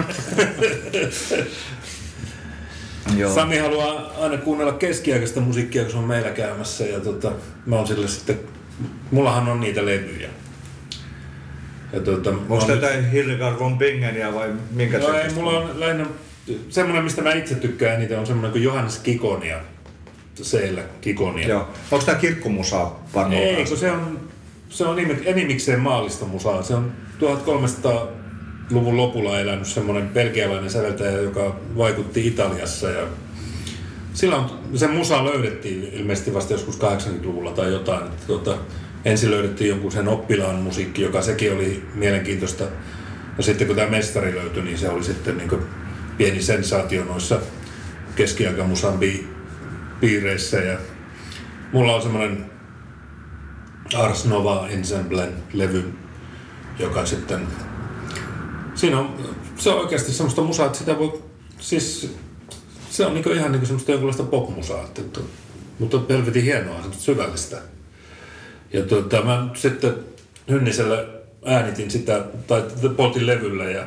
Sami haluaa aina kuunnella keskiaikaista musiikkia, kun se on meillä käymässä. Ja tota, mä oon sille sitten, mullahan on niitä levyjä. Ja tota, onko tätä Hildegard von Bingenia vai minkä no ei, mulla on lähinnä semmoinen, mistä mä itse tykkään niitä, on semmoinen kuin Johannes Kikonia. Seillä Kikonia. Joo. Onko tää kirkkumusaa varmaan? Ei, kun se on, se on enimikseen maallista musaa. Se on tuhatkolmesataaluvun lopulla elänyt semmoinen belgialainen säveltäjä, joka vaikutti Italiassa. Ja silloin se musa löydettiin ilmeisesti vasta joskus kahdeksankymmentäluvulla tai jotain. Että tuota, ensin löydettiin jonkun sen oppilaan musiikki, joka sekin oli mielenkiintoista. Ja sitten kun tämä mestari löytyi, niin se oli sitten niin kuin pieni sensaatio noissa keskiaikamusan piireissä. Ja mulla on semmoinen Ars Nova Ensemblen levy, joka sitten... Siinä on, se on oikeasti semmoista musaa, että sitä voi... Siis, se on niin ihan niin semmoista jonkunlaista popmusaa, että, että, mutta helvetin hienoa, semmoista syvällistä. Ja tuota, mä sitten Hynnisellä äänitin sitä, tai poltin levyllä, ja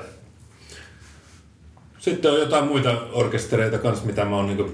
sitten on jotain muita orkestereita kanssa, mitä mä oon niinku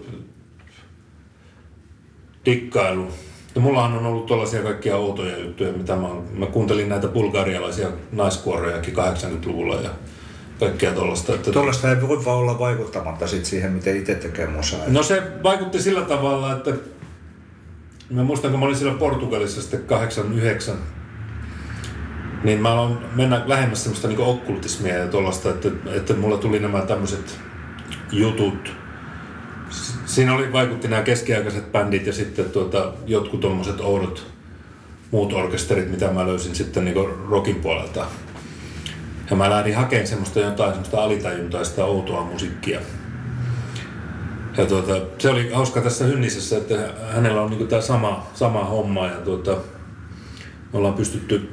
dikkailu. Ja mullahan on ollut tuollaisia kaikkia outoja juttuja, mitä mä, oon, mä kuuntelin näitä bulgarialaisia naiskuorojakin kahdeksankymmentäluvulla ja kaikkea tollaista. Että tuollaista ei voi vaan olla vaikuttamatta sit siihen, miten itse tekee musaa. No se vaikutti sillä tavalla, että mä muistan, kun mä olin siellä Portugalissa sitten kahdeksankymmentäyhdeksän, niin mä aloin mennä lähemmäs semmoista niinku okkultismia ja tollaista, että, että mulla tuli nämä tämmöiset jutut. Siinä oli, vaikutti nämä keskiaikaiset bändit ja sitten tuota, jotkut tommoset oudot muut orkesterit, mitä mä löysin sitten niinku rockin puolelta. Ja mä lähdin hakemaan semmoista jotain semmoista alitajuntaista outoa musiikkia. Ja tuota, se oli hauska tässä Hynnisessä, että hänellä on niinku tää sama, sama homma ja tuota, me ollaan pystytty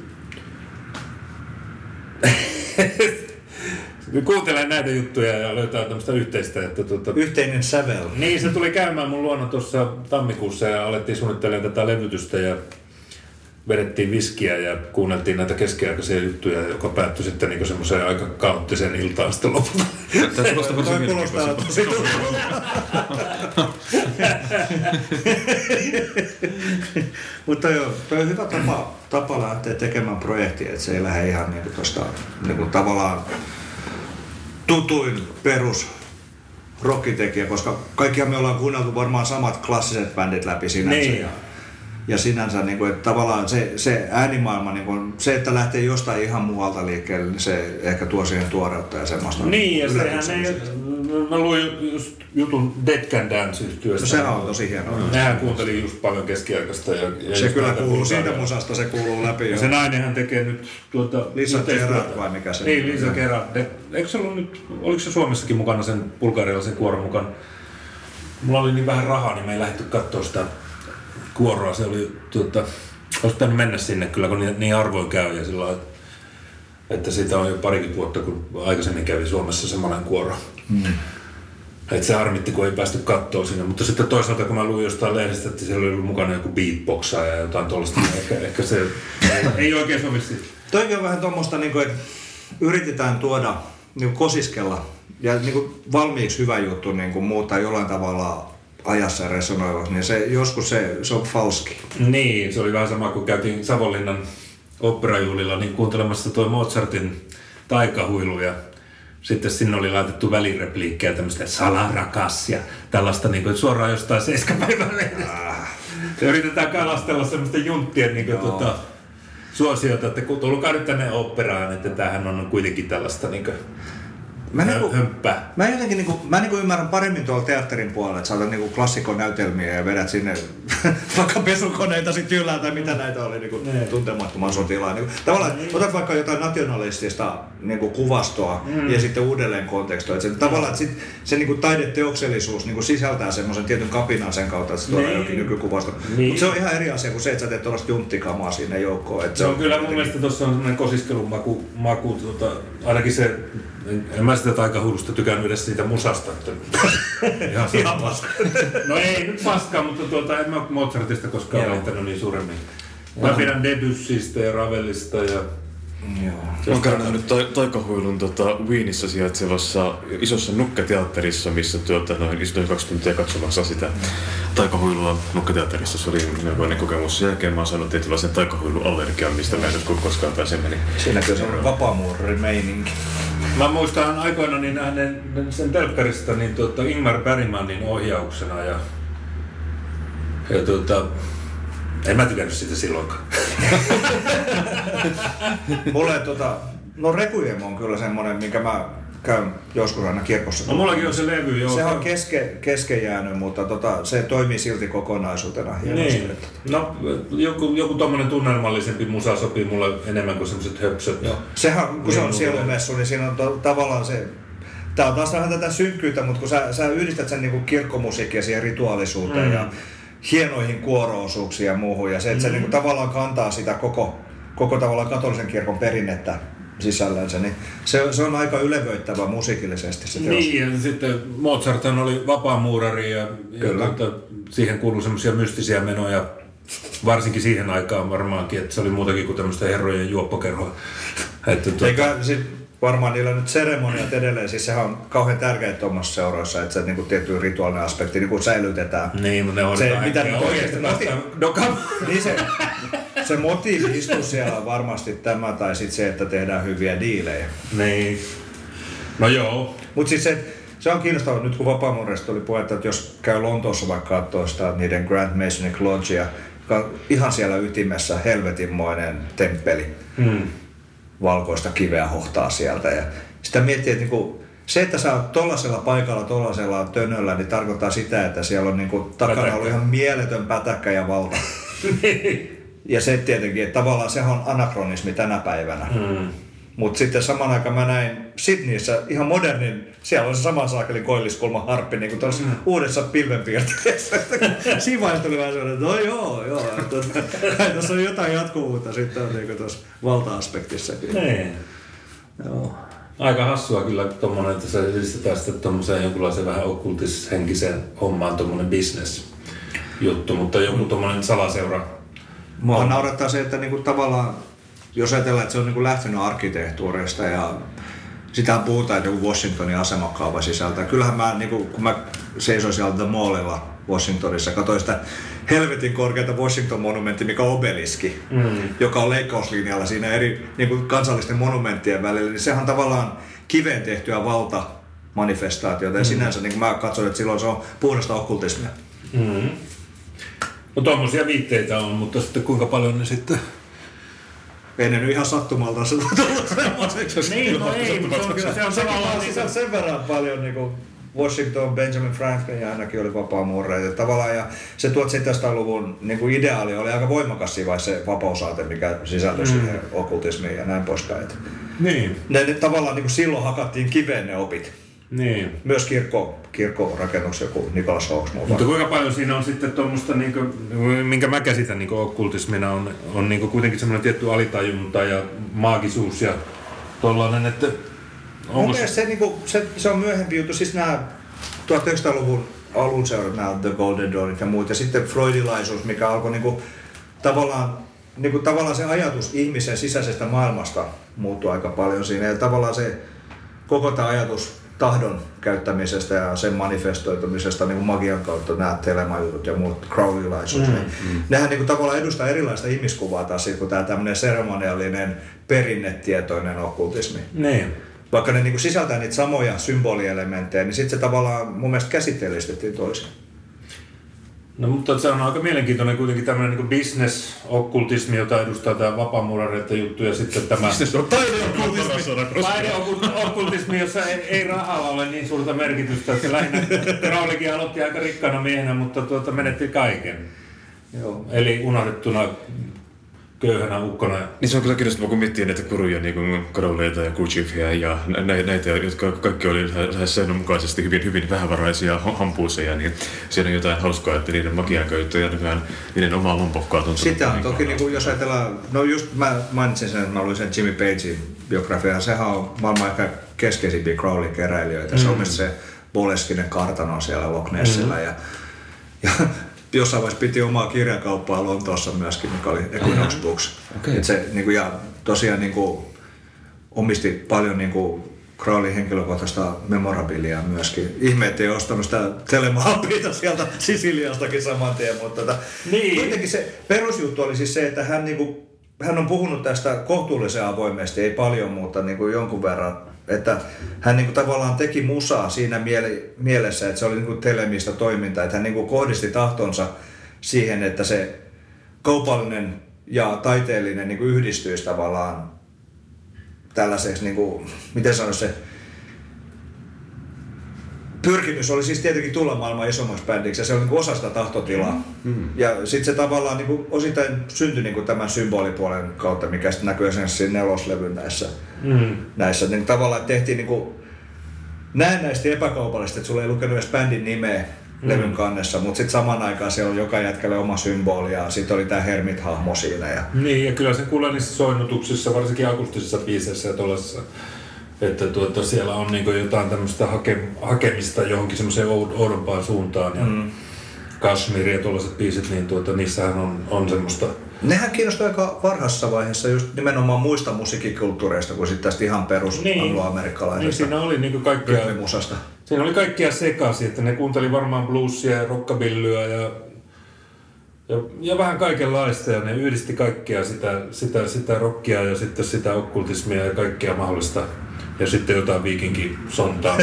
kuuntelemaan näitä juttuja ja löytää tämmöistä yhteistä. Että tuota, yhteinen sävel. Niin, se tuli käymään mun luona tuossa tammikuussa ja alettiin suunnittelemaan tätä levytystä ja vedettiin viskiä ja kuunneltiin näitä keskiaikaisia juttuja, joka päättyi sitten niinku semmoiseen aika kaoottiseen iltaan sitten lopulta. Tämä kuulostaa varsin kuulostaa tosi Mutta joo, toi on hyvä tapa, tapa lähteä tekemään projektia, että se ei lähde ihan niinku tosta niinku tavallaan tutuin perus rockitekijä, koska kaikkia me ollaan kuunneltu varmaan samat klassiset bändit läpi sinänsä. Niin. Ja, ja sinänsä, niin kuin, että tavallaan se, se äänimaailma, niin kuin, se, että lähtee jostain ihan muualta liikkeelle, niin se ehkä tuo siihen tuoreutta ja semmoista. Niin, ja sehän ei... Mä luin just jutun Dead Can Dance-yhtiöstä. No sehän on tosi hienoa. Mm. Nehän kuuntelin just paljon keskiaikaista. Ja, ja se kyllä kuuluu siitä musasta, se kuuluu läpi. Ja se nainenhan tekee nyt tuota... Lisa Gerard vai mikä se? Niin, Lisa Gerard. Eikö se ollut nyt... Oliko se Suomessakin mukana sen bulgarialaisen kuoron mukaan? Mulla oli niin vähän rahaa, niin me ei lähdetty katsoa sitä kuoroa. Se oli tuota... Olisi pitänyt mennä sinne kyllä, kun niin, niin arvoin käy ja sillä että, että siitä on jo parikymmentä vuotta, kun aikaisemmin kävi Suomessa semmoinen kuoro. Mm. Että se harmitti, kun ei päästy katsoa sinne. Mutta sitten toisaalta, kun mä luin jostain lehdestä, että siellä oli ollut mukana joku beatboxaa ja jotain tollaista, niin ehkä, ehkä se ei oikein sovi siitä. Toikin on vähän tommoista, niin kuin, että yritetään tuoda, niin kuin kosiskella ja niin kuin valmiiksi hyvä juttu niin kuin muuttaa jollain tavalla ajassa resonoivaksi, niin se, joskus se, se on falski. Niin, se oli vähän sama kuin käytiin Savonlinnan oopperajuhlilla niin kuuntelemassa tuo Mozartin taikahuilu ja sitten sinne oli laitettu välirepliikkejä tämmöistä salarakas ja tällaista niin kuin, suoraan jostain seiskapäivän lehdestä. Ah. Yritetään kalastella semmoista junttien niin kuin, tuota, suosiota, että kun tulkaa nyt tänne oopperaan, että tämähän on kuitenkin tällaista niin kuin, Mä, niinku, hömppää. mä jotenkin niinku, mä niinku ymmärrän paremmin tuolla teatterin puolella, että sä otat niinku klassikkonäytelmiä ja vedät sinne vaikka pesukoneita sit yllään tai mitä näitä oli niinku tuntemattoman sotilaan. Niinku, tavallaan ne. Otat vaikka jotain nationalistista niinku kuvastoa mm. ja sitten uudelleen kontekstoit. Että tavallaan että sit, se niinku taideteoksellisuus niinku sisältää semmoisen tietyn kapinan sen kautta, että se tuodaan jokin nykykuvasto. Niin. Mutta se on ihan eri asia kuin se, että sä teet tuollaista junttikamaa sinne joukkoon. Se on, on kyllä mun mielestä tuossa on semmoinen kosiskelun maku, maku tota, ainakin se. En, en mä sitä taikahullusta tykännyt edes siitä musasta. Ihan, ihan paska. No ei nyt paskaa, mutta tuota, en mä Mozartista koskaan välittänyt niin suuremmin. Mä Joo. pidän Debussystä ja Ravelista ja... Joo. Mä oon nähnyt ta- taikahuilun tota, Wienissä sijaitsevassa isossa nukketeatterissa, missä tuota, noin istuin kaksi tuntia katsomassa sitä taikahuilua nukketeatterissa. Se oli melkoinen kokemus. Sen jälkeen mä oon saanut tietynlaisen taikahuiluallergian, mistä mä en nyt koskaan pääse meni. Siinäkö se on vapaamuurari meininki? Mä muistan aikoina niin hänen sen telkkarista niin tuota, Ingmar Bergmanin ohjauksena ja, ja tuota, en mä tykännyt sitä silloinkaan. Mulle tota, no Requiem on kyllä semmonen, minkä mä käyn joskus aina kirkossa. No mullakin on se levy, joo. Se on keske, kesken jäänyt, mutta tota, se toimii silti kokonaisuutena. Niin. No joku, joku tommonen tunnelmallisempi musa sopii mulle enemmän kuin semmoset höpsöt. Joo. Sehän, kun niin se on sielumessu, niin siinä on to, tavallaan se... Tää on taas vähän tätä synkkyyttä, mutta kun sä, sä yhdistät sen niinku kirkkomusiikkia siihen rituaalisuuteen mm. ja hienoihin kuoro-osuuksiin ja muuhun. Ja se, että mm. se niinku tavallaan kantaa sitä koko, koko tavallaan katolisen kirkon perinnettä sisällänsä, niin se, se on aika ylevöittävä musiikillisesti se teos. Niin, ja sitten Mozarthan oli vapaamuurari ja, ja tuota, siihen kuului semmoisia mystisiä menoja, varsinkin siihen aikaan varmaankin, että se oli muutakin kuin tämmöistä herrojen juoppokerhoa. Että, tuota... Eikä sit varmaan niillä nyt seremoniat edelleen, siis sehän on kauhean tärkeää tuommoissa seuroissa, että se niinku tietty rituaalinen aspekti niinku säilytetään. Niin, mutta ne on se, mitä nyt oikeasti moti- niin se, se motiivi istuu siellä varmasti tämä, tai sitten se, että tehdään hyviä diilejä. Niin. No joo. Mut siis se, se on kiinnostavaa, nyt kun vapaamuurista oli puhetta, että jos käy Lontoossa vaikka katsoo sitä niiden Grand Masonic Lodgea, joka on ihan siellä ytimessä helvetinmoinen temppeli. Hmm. Valkoista kiveä hohtaa sieltä. Ja sitä miettii, että niinku, se, että sä oot tollasella paikalla, tollasella tönöllä, niin tarkoittaa sitä, että siellä on niinku, takana ollut ihan mieletön pätäkkä ja valta. Ja se tietenkin, että tavallaan sehän on anakronismi tänä päivänä. Mm. Mutta sitten saman aikaan mä näin Sydneyssä ihan modernin, siellä on se sama saakelin koilliskulman harppi niin kuin tuossa mm. uudessa pilvenpiirteessä. Siinä vaiheessa tuli vähän sellainen, että no joo, joo. Kai tuossa on jotain jatkuvuutta sitten on niin tuossa valta-aspektissakin. Niin. Joo. Aika hassua kyllä tommonen, että se yhdistetään sitten tommoseen jonkunlaiseen vähän okkultishenkiseen hommaan tommonen business juttu, mutta joku tommonen salaseura. Mua naurattaa se, että niinku tavallaan jos ajatellaan, että se on niin kuin lähtenyt arkkitehtuurista ja sitä puhutaan, että joku Washingtonin asemakaava sisältää. Kyllähän mä, niin kuin, kun mä seisoin siellä The Mallilla Washingtonissa, katsoin sitä helvetin korkeata Washington-monumentti, mikä on obeliski, mm. joka on leikkauslinjalla siinä eri niin kuin kansallisten monumenttien välillä, niin sehän on tavallaan kiveen tehtyä valtamanifestaatiota. Ja mm. sinänsä niin kuin mä katsoin, että silloin se on puhdasta okkultismia. Mm. No tommosia viitteitä on, mutta sitten kuinka paljon ne sitten... Ei ne nyt ihan sattumalta se tullut semmoiseksi. Niin, no ei, mutta se on kyllä se on tavallaan siis on sen verran paljon niinku Washington, Benjamin Franklin ja ainakin oli vapaamuureita tavallaan ja se tuhatseitsemänsataaluvun niinku ideaali oli aika voimakas siinä vaiheessa se vapausaate, mikä sisältyi mm. siihen okkultismiin ja näin poispäin. Niin. Ne, ne tavallaan niinku silloin hakattiin kiveen ne opit. Niin. Myös kirkko, kirkkorakennuksia kuin Nicholas Hawks. Mutta kuinka paljon siinä on sitten tuommoista, niin minkä mä käsitän niin okkultismina, on, on niin kuitenkin semmoinen tietty alitajunta ja maagisuus ja tollainen, että... Mun mielestä se, niin kuin, se, se on myöhempi juttu, siis nämä tuhatyhdeksänsataaluvun alun seurat, nämä The Golden Dawnit ja muut, ja sitten freudilaisuus, mikä alkoi niin kuin, tavallaan, niin kuin, tavallaan se ajatus ihmisen sisäisestä maailmasta muuttui aika paljon siinä, ja tavallaan se koko tämä ajatus tahdon käyttämisestä ja sen manifestoitumisesta niin kuin magian kautta, nämä telemajutut ja muut crowleylaisuus, mm, niin mm. nehän niin kuin tavallaan edustaa erilaista ihmiskuvaa taas kuin tämä tämmöinen seremoniallinen perinnetietoinen okkultismi. Niin. Vaikka ne niin kuin sisältää niitä samoja symbolielementtejä, niin sitten se tavallaan mun mielestä käsitteellistettiin toisin. No mutta se on aika mielenkiintoinen kuitenkin tämmöinen niin business-okkultismi, jota edustaa tämä vapaamuurareiden juttu ja sitten tämä Taideokkultismi. Taideokkultismi, jossa ei, ei rahalla ole niin suurta merkitystä. Se lähinnä Crowleykin aloitti aika rikkaana miehenä, mutta tuota, menetti kaiken. Joo. Eli unohdettuna köyhänä ukkona. Niin se on kyllä kiinnostavaa, kun miettii näitä kuruja, niin kuin Crowleyta ja Kuchifia ja näitä, jotka kaikki oli lähes säännönmukaisesti hyvin, hyvin vähävaraisia hampuuseja, niin siinä on jotain hauskaa, että niiden magian käyttö ja niiden omaa lompokkaa tuntuu. Sitä on toki, niin kuin, jos ajatellaan, no just mä mainitsin sen, että mä luin sen Jimmy Pagein biografian, sehän on maailman aika keskeisimpiä Crowley-keräilijöitä. Mm. Se on mielestäni se Boleskinen kartano siellä Loch Nessillä mm. ja, ja jossain vaiheessa piti omaa kirjakauppaa Lontoossa myöskin, mikä oli Equinox Books. Okay. Et se, niin kuin, ja tosiaan niin kuin, omisti paljon niin kuin, Crowleyn henkilökohtaista memorabiliaa myöskin. Ihme, ettei ostanut sitä Telemaapita sieltä Sisiliastakin saman tien, mutta tota, niin. Kuitenkin se perusjuttu oli siis se, että hän, niin kuin, hän on puhunut tästä kohtuullisen avoimesti, ei paljon, mutta niin kuin jonkun verran. Että hän niin kuin tavallaan teki musaa siinä miele- mielessä, että se oli niin kuin telemistä toimintaa, että hän niin kuin kohdisti tahtonsa siihen, että se kaupallinen ja taiteellinen niin kuin yhdistyisi tavallaan tällaiseksi, niin kuin, miten sanoisi se, pyrkimys oli siis tietenkin tulla maailman isommaksi bändiksi ja se oli niin kuin osa sitä tahtotilaa. Mm. Ja sitten se tavallaan niin kuin osittain syntyi niin kuin tämän symbolipuolen kautta, mikä sitten näkyy esimerkiksi neloslevyn näissä. Mm. näissä. Niin tavallaan tehtiin niin kuin näennäisesti epäkaupallisesti, että sulla ei lukenut edes bändin nimeä mm. levyn kannessa, mutta sitten samaan aikaan siellä on joka jätkälle oma symboli ja sitten oli tämä Hermit-hahmo siinä. Ja... Niin, ja kyllä se kuulee niissä soinnutuksissa, varsinkin akustisissa biiseissä ja tuollaisissa, että tuota, siellä on niin jotain tämmöistä hake, hakemista johonkin semmoiseen oudompaan suuntaan. Ja mm. Kashmir ja tuollaiset biisit, niin tuota, niissähän on, on semmoista... Nehän kiinnostaa aika varhaisessa vaiheessa just nimenomaan muista musiikkikulttuureista kuin sitten tästä ihan perus niin. angloamerikkalaisesta niin, siinä oli niinku kaikkea, siinä oli kaikkia sekaisin, että ne kuunteli varmaan bluesia ja rockabillyä ja, ja, ja vähän kaikenlaista ja ne yhdisti kaikkea sitä, sitä, sitä rockia ja sitten sitä okkultismia ja kaikkea mahdollista. Ja sitten jotain viikinki-sontaa.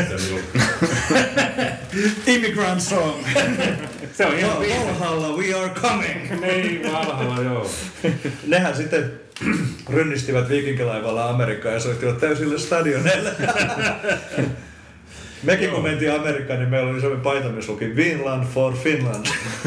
Immigrant song. Se on ihan Valhalla, we are coming. Niin, Valhalla, joo. Nehän sitten rynnistivät viikinkilaivalla Amerikkaan ja soittivat täysille stadioneille. Mekin kun mentiin Amerikkaan, niin meillä oli sellainen paita, missä luki Vinland for Finland.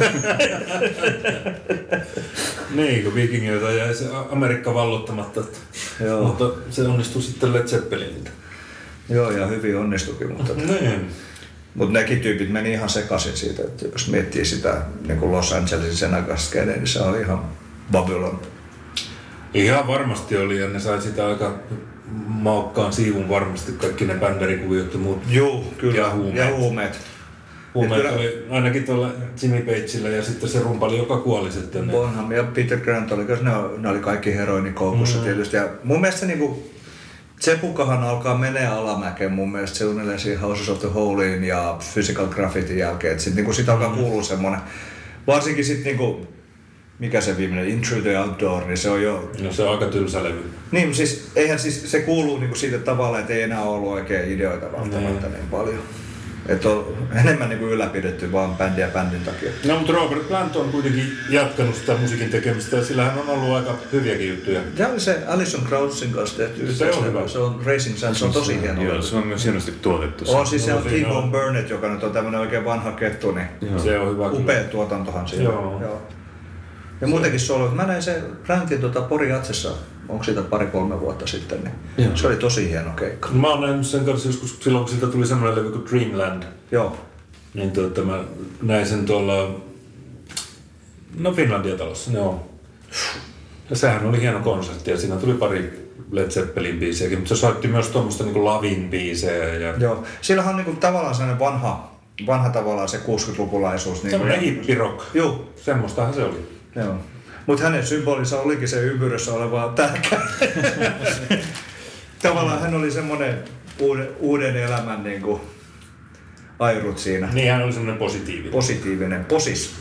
Niin, kun viikingiltä jäi se Amerikka vallottamatta. Joo. Mutta se onnistui sitten Led Zeppeliniltä. Joo, ja hyvin onnistuikin. Mutta, niin. mutta nekin tyypit meni ihan sekaisin siitä, että jos miettii sitä niin kuin Los Angelesin sen aikaista käden, niin se oli ihan Babylon. Ihan varmasti oli, ja ne sai sitä aika maukkaan siivun varmasti, kaikki ne bändärikuviot ja muut. Joo, kyllä. Ja huumeet. Ja huumeet. Huumeet kyllä... oli ainakin tuolla Jimmy Pagella ja sitten se rumpali, joka kuoli sitten. Bonham ja Peter Grant oli, ne, ne oli kaikki heroinikoukussa mm. tietysti. Ja mun mielestä se niinku, Tsepukahan alkaa menee alamäkeen mun mielestä se unelleen siinä Houses of the Holyin ja Physical Graffitin jälkeen. Sitten niinku sit alkaa kuulua semmonen, varsinkin sitten niinku, mikä se viimeinen, Intro the Outdoor, niin se on jo... No se on aika tylsä levy. Niin, siis eihän siis, se kuuluu niinku siitä tavalla, että ei enää ollut oikein ideoita välttämättä niin paljon. Että on enemmän niinku ylläpidetty vaan bändin ja bändin takia. No, mutta Robert Plant on kuitenkin jatkanut sitä musiikin tekemistä ja sillähän on ollut aika hyviäkin juttuja. Ja oli se Alison Krautzin kanssa tehty. Se on hyvä. Se on Racing Sands, se on tosi hieno. Joo, se on myös hienosti tuotettu. On siis se on T-Bone Burnett, joka nyt on tämmönen oikein vanha kettu, niin joo. Se on hyvä. Upea tuotantohan siinä. Joo. Joo. Ja muutenkin solo. Mä näin se Plantin tuota Pori-Jatsessa, onko siitä pari-kolme vuotta sitten, niin joo. Se oli tosi hieno keikka. Mä oon nähnyt sen kanssa joskus silloin, kun siltä tuli semmoinen levy kuin Dreamland. Joo. Niin tuota, mä näin sen tuolla, no Finlandia-talossa, joo. Ja sehän oli hieno konsertti ja siinä tuli pari Led Zeppelin biisejäkin, mutta se soitti myös tuommoista niinku Lavin biisejä. Ja... Joo, sillähän on niinku tavallaan sellainen vanha, vanha tavallaan se kuusikymmentälukulaisuus. Semmoinen niin hippirock. Joo. Semmoistahan se oli. Joo. Mutta hänen symbolinsa olikin se ympyrössä oleva tärkä. Tavallaan hän oli semmoinen uuden, uuden elämän niinku airut siinä. Niin, hän oli semmoinen positiivinen. Positiivinen, posis.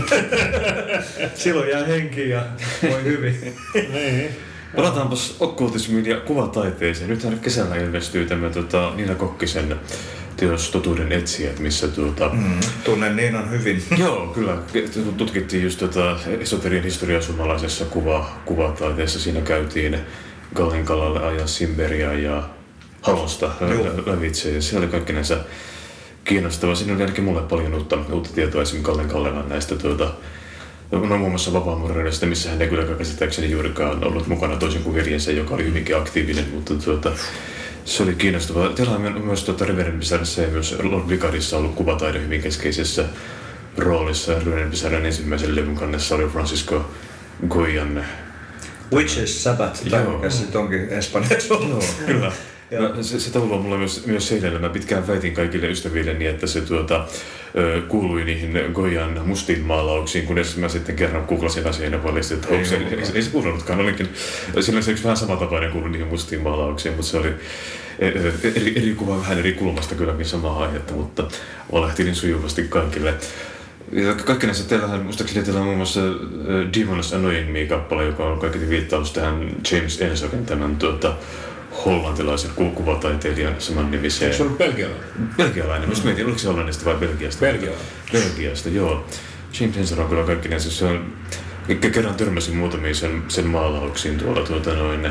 Silloin jää henkiin ja voi hyvin. Niin. Palataanpas okkultismiin ja kuvataiteeseen. Nythän kesällä ilmestyy tämä tota, Niina Kokkisen teos Totuuden etsijät, missä tuota... Mm, tunnen niin on hyvin. Joo, kyllä. Tutkittiin just tota esoterian historiaa suomalaisessa kuva, kuvataiteessa. Siinä käytiin Gallenkalalle ajaa Simberia ja Halosta lävitse. Ja se oli kaikki näissä kiinnostavaa. Siinä oli ainakin mulle paljon uutta, uutta tietoa esimerkiksi Gallenkallella näistä tuota, no muun muassa vapaamuurareista, missä hän ei kyllä käsittääkseni juurikaan ollut mukana toisin kuin veljensä, joka oli hyvinkin aktiivinen, mutta tuota, se oli kiinnostavaa. Teillä on myös tuota, Reverend Bizarressa ja myös Lord Vicarissa ollut kuvataide hyvin keskeisessä roolissa. Reverend Bizarren ensimmäisen levyn kannessa oli Francisco Goyan Witches Sabbath, tai mikä se sitten onkin espanjaksi. Joo, kyllä. No, se, se taulua mulla myös, myös seinällä. Mä pitkään väitin kaikille ystävilleni, että se tuota, ö, kuului niihin Goyan mustiin maalauksiin, kunnes mä sitten kerran googlasin asian ja paljastin, että ei, se, ei, ei, ei se kuulunutkaan. Olinkin, silloin se yksi vähän samantapainen kuului niihin mustiin maalauksiin, mutta se oli eri, eri kuva vähän eri kulmasta kylläkin samaa aihetta, mutta valehtelin sujuvasti kaikille. Ja kaikki näissä teillähän, muistaakseni teillä on muun muassa Demon's Annoying Me-kappale, joka on kaikki viittaus tähän James Ensoken, tämän tuota, hollantilaisen kuvataiteilijan saman nimiseen. Eikö se ollut belgialainen? Belgialainen. Mä mietin, oliko se hollannista vai Belgiasta? Belgialainen. Belgiasta, joo. James Ensor on kyllä kaikki näissä. Se on, kerran törmäsin muutamiin sen, sen maalauksiin tuolla tuota noin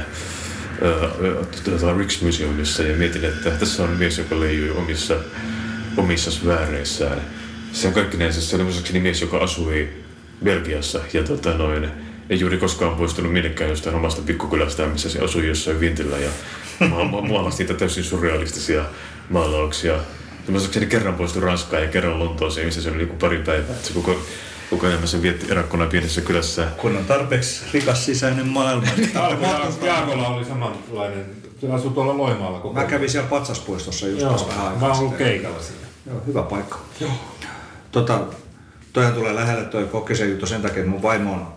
tuota, Rijksmuseumissa ja mietin, että tässä on mies, joka leijui omissa, omissa sfääreissään. Se on kaikki näissä. Se oli muistaakseni mies, joka asui Belgiassa ja tuota noin. Ei juuri koskaan poistunut minnekään jostain omasta pikkukylästään, missä se asui jossain vintillä ja ma- maalasi niitä täysin surrealistisia maalauksia. Mä kerran poistui Ranskaan ja kerran Lontooseen, missä se oli joku pari päivää. Se koko, koko ajan sen vietti erakkona pienessä kylässä. Kun on tarpeeksi rikas sisäinen maailma. Jaakolla oli samanlainen. Se asui tuolla Loimaalla koko ajan. Mä kävin siellä Patsaspuistossa just tässä vähän aikaa. Mä oon ollut keikalla siinä. Joo, hyvä paikka. Joo. Tota, toihan tulee lähelle toi Kokkisen juttu sen takia, että mun vaimo on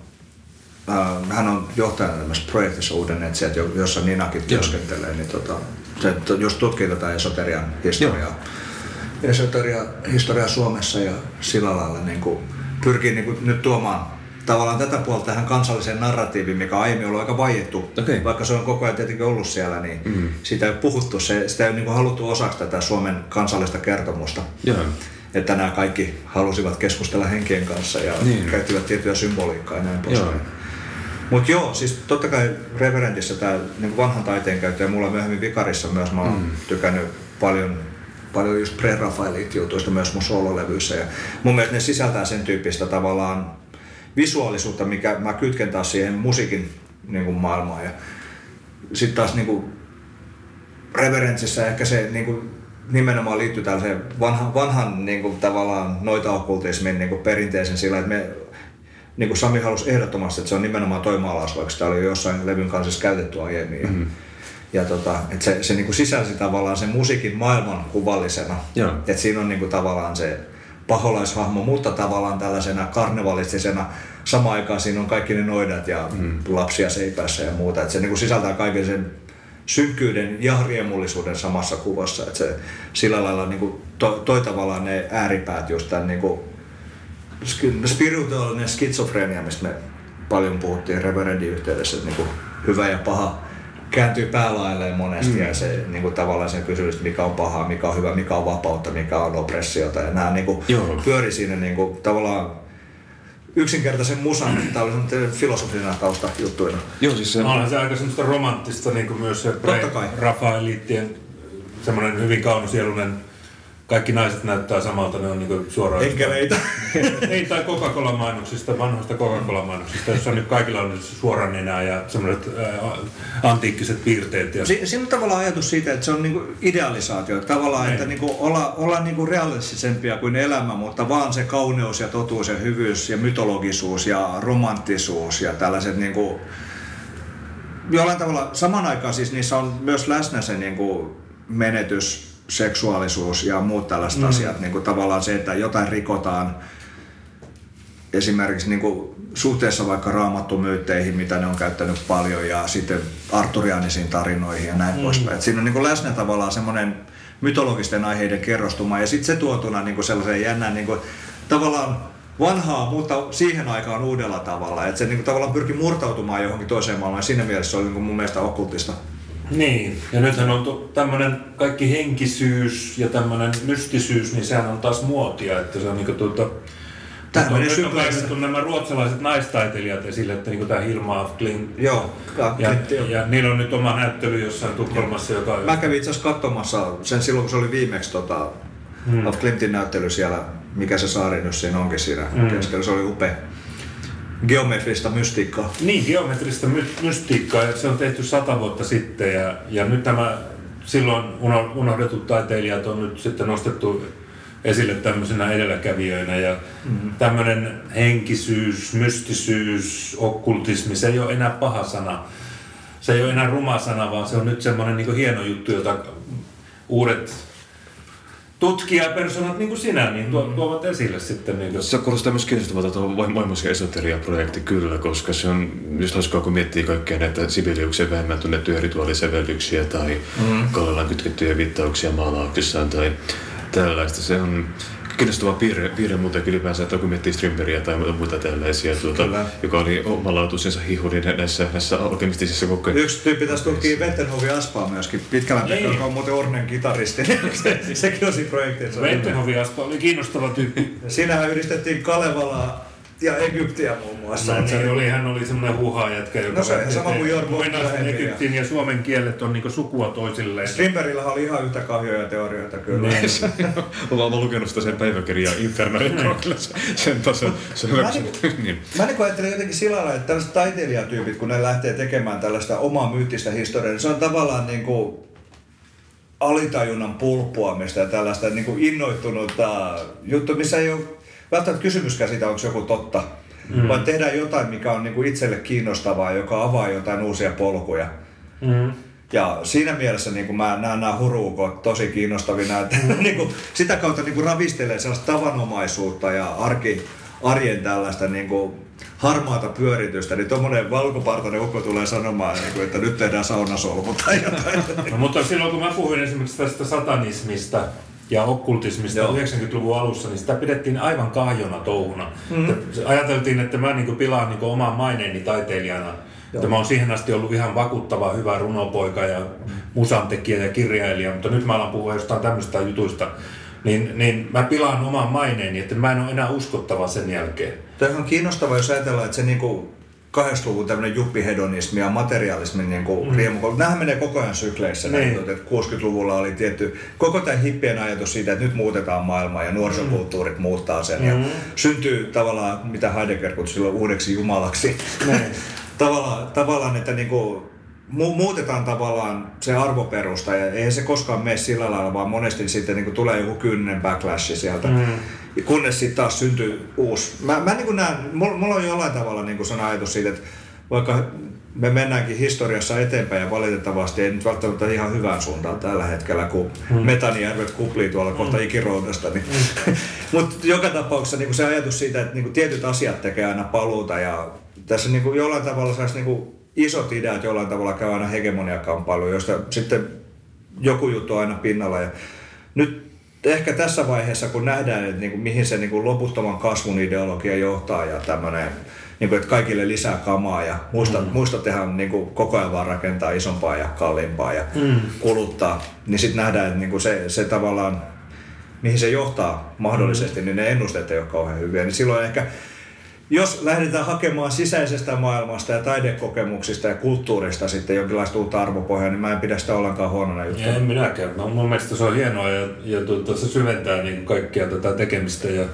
Uh, hän on johtajana tämmöisessä projektissa Uuden etsijät, jossa Ninakin työskentelee, niin tota, se just tutkii tätä esoterian historiaa, esoterian historiaa Suomessa ja sillä lailla niin kuin, pyrkii niin kuin, nyt tuomaan tavallaan tätä puolta tähän kansalliseen narratiiviin, mikä on aiemmin ollut aika vaiettu, okay. Vaikka se on koko ajan tietenkin ollut siellä, niin mm. siitä ei ole puhuttu, se, sitä ei ole niin kuin, haluttu osaksi tätä Suomen kansallista kertomusta. Yeah. Että nämä kaikki halusivat keskustella henkien kanssa ja niin. Käyttivät tiettyä symboliikkaa ja näin poispäin. Mutta joo, siis totta kai Reverendissä tämä niin vanhan taiteen käyttö ja mulla myöhemmin Vicarissa myös mä oon mm. tykännyt paljon, paljon just pre-Raphaelit-jutuista myös mun soololevyissä. Ja mun mielestä ne sisältää sen tyyppistä tavallaan visuaalisuutta, mikä mä kytken taas siihen musiikin niin kuin maailmaan. Ja sitten taas niin kuin Reverendissä ehkä se niin kuin nimenomaan liittyy tällaiseen vanhan, vanhan niin kuin tavallaan noita-okkultismin niin kuin perinteisen sillä, että me niin kuin Sami halusi ehdottomasti, että se on nimenomaan toi maalaus, vaikka sitä oli jo jossain levyn kanssa käytetty aiemmin. Ja, mm-hmm. ja tota, että se, se niin kuin sisälsi tavallaan sen musiikin maailman kuvallisena. Yeah. Että siinä on niin kuin tavallaan se paholaishahmo, mutta tavallaan tällaisena karnevalistisena. Samaan aikaan siinä on kaikki ne noidat ja mm. lapsia seipässä ja muuta. Että se niin kuin sisältää kaiken sen synkkyyden ja riemullisuuden samassa kuvassa. Että se sillä lailla niin kuin toi, toi tavallaan ne ääripäät just tämän niin kuin spirituaalinen skitsofrenia, mistä me paljon puhuttiin Reverendin yhteydessä, että niin hyvä ja paha kääntyy päälailleen monesti mm. ja se niin kuin, tavallaan sen kysymys, mikä on pahaa, mikä on hyvä, mikä on vapautta, mikä on oppressiota ja nämä niin kuin, pyöri siinä niin kuin, tavallaan yksinkertaisen musan, tämä oli semmoinen filosofina taustajuttuina. Joo, siis se on se aika semmoista romanttista niin kuin myös se pre-Raphaeliittien semmoinen hyvin kaunosieluinen. Kaikki naiset näyttää samalta, ne on niinku suoraan... Enkeleitä. Ei, tai Coca-Cola-mainoksista, vanhoista Coca-Cola-mainoksista, jossa nyt kaikilla on suoran nenää ja semmoiset äh, antiikkiset piirteet. Ja... Si- siinä on tavallaan ajatus siitä, että se on niinku idealisaatio. Tavallaan, Nein. että niinku olla, olla niinku realistisempia kuin elämä, mutta vaan se kauneus ja totuus ja hyvyys ja mytologisuus ja romanttisuus ja tällaiset niinku... Jollain tavalla saman aikaan siis niissä on myös läsnä se niinku menetys, seksuaalisuus ja muut tällaiset mm. asiat, niin kuin tavallaan se, että jotain rikotaan esimerkiksi niin kuin suhteessa vaikka raamattumyytteihin, mitä ne on käyttänyt paljon ja sitten arturianisiin tarinoihin ja näin mm. poispäin. Siinä on niin kuin läsnä tavallaan semmoinen mytologisten aiheiden kerrostuma ja sitten se tuotuna niin kuin sellaiseen jännään niin kuin, tavallaan vanhaa, mutta siihen aikaan uudella tavalla. Että se niin kuin, tavallaan pyrki murtautumaan johonkin toiseen maailmaan ja siinä mielessä se oli niin kuin mun mielestä okkultista. Niin, ja nythän on tämmöinen kaikki henkisyys ja tämmöinen mystisyys, niin sehän on taas muotia, että se on niinku tuota... Tähän meni nyt on päässyt nämä ruotsalaiset naistaiteilijat esille, että niinku tää Hilma af Klint. Joo, ja, ja, ja niillä on nyt oma näyttely jossain Tukholmassa, joka... Mä kävin itse asiassa katsomassa sen silloin, kun se oli viimeksi tota, hmm. af Klintin näyttely siellä, mikä se saari nyt siinä onkin siinä hmm. keskellä, se oli upea. Geometrista mystiikkaa. Niin, geometrista my- mystiikkaa, ja se on tehty sata vuotta sitten, ja, ja nyt nämä silloin unohdetut taiteilijat on nyt sitten nostettu esille tämmöisenä edelläkävijöinä, ja mm-hmm. tämmöinen henkisyys, mystisyys, okkultismi, se ei ole enää paha sana. Se ei ole enää ruma sana, vaan se on nyt semmoinen niin kuin hieno juttu, jota uudet tutkijapersonat niin kuin sinä niin tuo, tuovat esille sitten. Niin kuin. Se kuulostaa myös kiinnostavalta tuo Vaimoisen esoteria-projekti kyllä, koska se on just hauskaa, kun miettii kaikkea näitä Sibeliuksen vähemmän tunnettuja rituaalisävellyksiä tai mm. Kallelan kytkettyjä viittauksia maalauksissaan tai tällaista. Se on kiinnostava piirre, piirre muutenkin ylipäänsä, että kun miettii Strindbergia tai muita tällaisia, tuota, joka oli omalautuisensa hihuri näissä, näissä alkemistisissa kokeissa. Yksi tyyppi tässä tutkii Vettenhovi Aspaa myöskin, Pitkälän Pekka, joka on muuten Ornen kitaristi. se, sekin on siinä projektissa. Vettenhovi Aspa oli kiinnostava tyyppi. Siinähän yhdistettiin Kalevalaa ja Egyptiä muun muassa. No, niin oli, hän oli semmoinen huha-jätkä, joka... No se sama kuin Jorbo. Egyptin ja suomen kielet on niinku sukua toisilleen. Strindbergillä oli ihan yhtä kahjoja teorioita kyllä. Olen lukenut sitä sen päiväkirjaa Infernalin sen tason. Mä niin ajattelen jotenkin sillä lailla, että tällaiset taiteilijatyypit, kun ne lähtee tekemään tällaista omaa myyttistä historiaa, niin se on tavallaan niin kuin alitajunnan pulppuamista ja tällaista niin kuin innoittunutta juttu, missä ei ole välttämättä kysymyskään siitä, onko joku totta, mm. vaan tehdään jotain, mikä on niin kuin itselle kiinnostavaa, joka avaa jotain uusia polkuja. Mm. Ja siinä mielessä niin kuin mä näen nämä huruukot tosi kiinnostavina, että mm. niin kuin, sitä kautta niin kuin ravistelee sellaista tavanomaisuutta ja arki, arjen tällaista niin kuin harmaata pyöritystä, niin tommonen valkopartainen ukko tulee sanomaan, niin kuin, että nyt tehdään saunasolmu tai jotain. No, mutta silloin kun mä puhuin esimerkiksi tästä satanismista, ja okkultismista Joo. yhdeksänkymmentäluvun alussa, niin sitä pidettiin aivan kahjona touhuna. Mm-hmm. Ajateltiin, että mä niin pilaan niin oman maineeni taiteilijana. Joo. Että mä oon siihen asti ollut ihan vakuuttava, hyvä runopoika ja musantekijä ja kirjailija, mutta nyt mä alan puhua jostain tämmöistä jutuista. Niin, niin mä pilaan oman maineeni, että mä en ole enää uskottava sen jälkeen. Tämä on kiinnostavaa, jos ajatellaan, että se niinku kahdeksankymmentäluvun tämmöinen juppihedonismi ja materialismin niin kuin mm. riemu. Nämähän menee koko ajan sykleissä. Niin. Näin, että kuusikymmentäluvulla oli tietty koko tämän hippien ajatus siitä, että nyt muutetaan maailmaa ja nuorisokulttuurit mm. muuttaa sen. Mm. Ja syntyy tavallaan, mitä Heidegger kutsui silloin uudeksi jumalaksi. Mm. tavallaan, tavallaan, että niin kuin mu- muutetaan tavallaan se arvoperusta ja ei se koskaan mene sillä lailla, vaan monesti sitten niin kuin tulee joku kynnen backlash sieltä. Mm. Kunnes sitten taas syntyy uusi. Mä, mä niin kuin näen, mulla, mulla on jollain tavalla niin kuin sen ajatus siitä, että vaikka me mennäänkin historiassa eteenpäin ja valitettavasti ei nyt välttämättä ihan hyvään suuntaan tällä hetkellä, kun mm. metanijärvet kuplii tuolla mm. kohta ikiroudasta. Niin. Mm. Mutta joka tapauksessa niin kuin se ajatus siitä, että niin kuin tietyt asiat tekee aina paluuta ja tässä niin kuin jollain tavalla saisi niin kuin isot ideat jollain tavalla käy aina hegemoniakamppailuun, josta sitten joku juttu on aina pinnalla. Ja nyt ehkä tässä vaiheessa, kun nähdään, että niin kuin, mihin se niin kuin loputtoman kasvun ideologia johtaa ja tämmöinen, niin kuin, että kaikille lisää kamaa ja muista, mm. muista tehdä niin kuin, koko ajan vaan rakentaa isompaa ja kalliimpaa ja mm. kuluttaa, niin sitten nähdään, että niin kuin se, se tavallaan, mihin se johtaa mahdollisesti, mm. niin ne ennusteet ei ole kauhean hyviä. Niin silloin ehkä, jos lähdetään hakemaan sisäisestä maailmasta ja taidekokemuksista ja kulttuurista sitten jonkinlaista uutta arvopohjaa, niin mä en pidä sitä ollenkaan huonona juttua. En minäkään. No, mun mielestä se on hienoa ja, ja tuota, se syventää niin kaikkia tätä tekemistä. Ja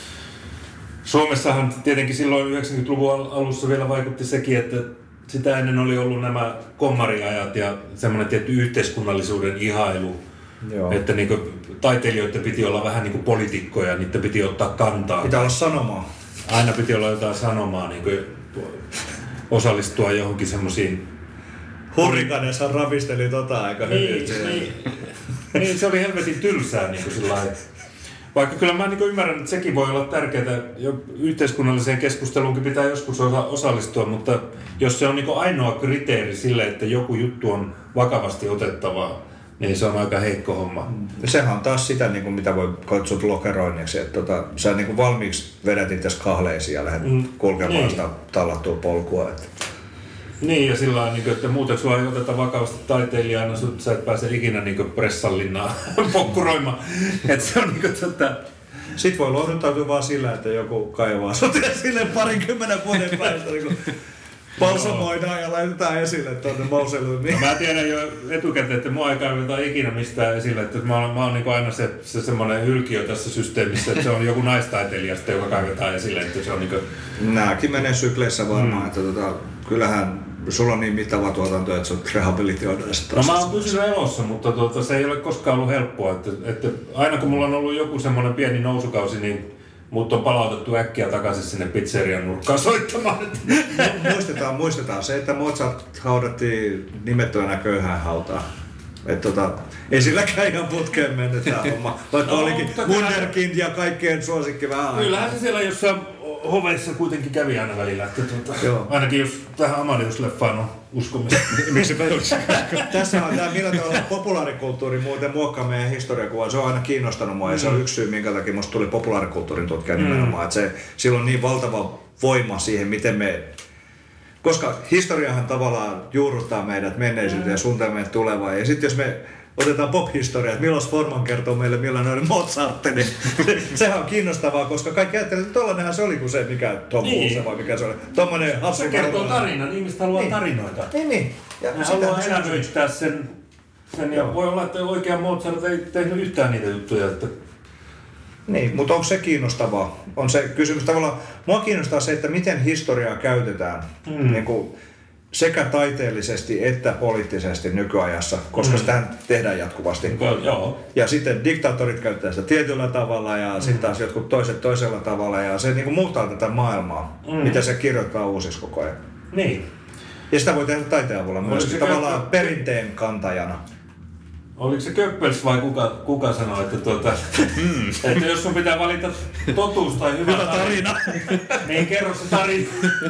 Suomessahan tietenkin silloin yhdeksänkymmentäluvun alussa vielä vaikutti sekin, että sitä ennen oli ollut nämä kommariajat ja semmoinen tietty yhteiskunnallisuuden ihailu. Joo. Että niin kuin, taiteilijoiden piti olla vähän niin kuin poliitikkoja, niitä piti ottaa kantaa. Pitää olla sanomaa. Aina piti olla jotain sanomaa, niin kuin osallistua johonkin semmoisiin... Hurrikaneessa ravisteli tota aika hyvin. Niin, niin, niin, se oli helvetin tylsää niin kuin sillain. Vaikka kyllä mä niin kuin ymmärrän, että sekin voi olla tärkeää. Yhteiskunnalliseen keskusteluunkin pitää joskus osa- osallistua, mutta jos se on niin kuin ainoa kriteeri sille, että joku juttu on vakavasti otettavaa, niin se on aika heikko homma. Sehän on taas sitä, niin kuin mitä voi kutsua lokeroinniksi, että tota, sä niin kuin valmiiksi vedät itse kahleisiin ja lähdet mm. kulkemaan niin. sitä tallattua polkua. Että. Niin, ja sillä lailla, että muuten sua ei oteta vakavasti taiteilijana, sä et pääse ikinä niin pressallinnaan pokkuroimaan. Että se on niin tota... Sitten voi lohduttautua vaan sillä, että joku kaivaa sut esille parinkymmenen vuoden päästä, niin balsamoidaan ja laitetaan esille tuonne mauseluun. No, mä tiedän jo etukäteen, että mua ei kaiveta ikinä mistään esille. Että mä oon, mä oon niin aina se, se semmoinen hylkiö tässä systeemissä, että se on joku naistaiteilija, sitten, joka kaivetaan esille. Että se on niin kuin... Nääkin menee sykleissä varmaan, mm. että tota, kyllähän sulla on niin mittava tuotanto, että sut rehabilitoidaan sitä. No mä oon pysynyt elossa, mutta tuota, se ei ole koskaan ollut helppoa. Että, että aina kun mulla on ollut joku semmoinen pieni nousukausi, niin mut on palautettu äkkiä takaisin sinne pizzerian nurkkaan soittamaan. muistetaan, muistetaan se, että Mozart haudattiin nimettömänä köyhään hautaan. Että tota, ei silläkään ihan putkeen mennyt tää homma, vaikka no, olikin Wunderkind ja kaikkien suosikki vähän aikaa. Kyllähän se siellä jossain hoveissa kuitenkin kävi aina välillä, että tuota, ainakin jos tähän Amadeus-leffaan on uskomista. Miksipä tässä on tämä, millä tavalla populaarikulttuuri muuten muokkaa meidän historiakuvaa. Se on aina kiinnostanut mua ja se on yksi syy, minkä takia musta tuli populaarikulttuurin tutkija nimenomaan. Että se, sillä on niin valtava voima siihen, miten me... Koska historiahan tavallaan juurruttaa meidät menneisyyteen ja suuntaa meidät tulevaan. Ja sitten jos me otetaan pop-historiaa, että Milos Forman kertoo meille millainen oli Mozart, niin sehän on kiinnostavaa, koska kaikki ajattelee, että tollainenhan se oli kuin se, mikä Tom niin. Hulse vai mikä se oli. Tommonen hassu. Se kertoo tarinan, ihmiset haluaa niin. tarinoita. Niin, niin. Ja ne haluaa elämöittää sen, sen ja voi olla, että oikea Mozart ei tehnyt yhtään niitä juttuja. Että... Niin, mutta onko se kiinnostavaa? On se kysymys tavallaan, mua kiinnostaa se, että miten historiaa käytetään mm. niin kuin sekä taiteellisesti että poliittisesti nykyajassa, koska mm. sitä tehdään jatkuvasti. Joo. Ja sitten diktaattorit käyttää sitä tietyllä tavalla ja mm. sitten taas jotkut toiset toisella tavalla ja se niin kuin muuttaa tätä maailmaa, mm. mitä se kirjoittaa uusiksi koko ajan. Niin. Ja sitä voi tehdä taiteen avulla myös tavallaan käy... perinteen kantajana. Oliko se Goebbels vai kuka, kuka sanoi, että, tuota, mm. että jos sun pitää valita totuus tai hyvä tarina, niin kerro se tarina.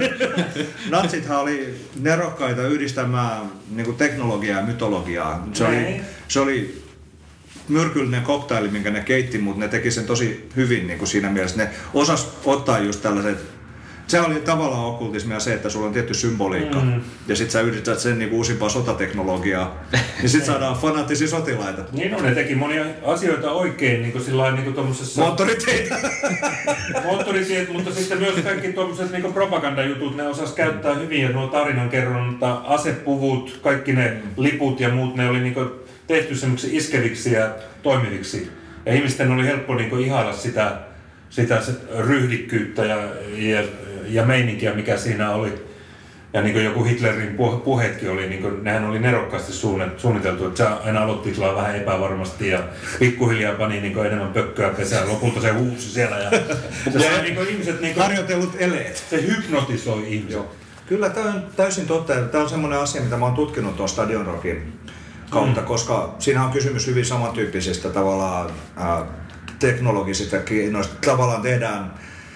Natsithan oli nerokkaita yhdistämään niin kuin teknologiaa ja mytologiaa. Se oli, se oli myrkyllinen koktaili, minkä ne keitti, mutta ne teki sen tosi hyvin niin kuin siinä mielessä. Ne osas ottaa just tällaiset. Se oli tavallaan okkultismia se, että sulla on tietty symboliikka mm. ja sit sä yhdistät sen niinku uusimpaa sotateknologiaa ja sit saadaan fanaattisia sotilaita. Niin no, ne teki monia asioita oikein niinku sillain niinku tommosessa... Moottoriteitä! Moottoritiet, mutta sitten myös kaikki tommoset niinku propagandajutut, ne osas käyttää hyvin ja nuo tarinankerronta, asepuvut, kaikki ne mm. liput ja muut, ne oli niinku tehty semmoiksi iskeviksi ja toimiviksi. Ja ihmisten oli helppo niinku ihailla sitä, sitä ryhdikkyyttä ja, ja ja meininkiä, mikä siinä oli. Ja niin kuin joku Hitlerin puheetkin oli, niin kuin, nehän oli nerokkaasti suunniteltu, että se aina aloitti vähän epävarmasti ja pikkuhiljaa pani niin kuin enemmän pökköä pesään. Lopulta se huusi siellä ja, ja niin kuin ihmiset... Niin kuin, harjoitellut eleet. Se hypnotisoi ihmiset. Joo. Kyllä tämä on täysin totta. Tämä on semmoinen asia, mitä mä oon tutkinut tuon Stadion Rockin kautta, mm. koska siinä on kysymys hyvin samantyyppisistä tavallaan äh, teknologisista keinoista. Tavallaan tehdään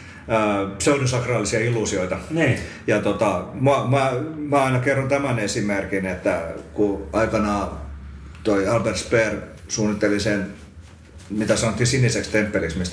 pseudosakraalisia illuusioita. Niin. Ja tota, mä, mä, mä aina kerron tämän esimerkin, että kun aikanaan toi Albert Speer suunnitteli sen, mitä sanottiin siniseksi temppeliksi, mistä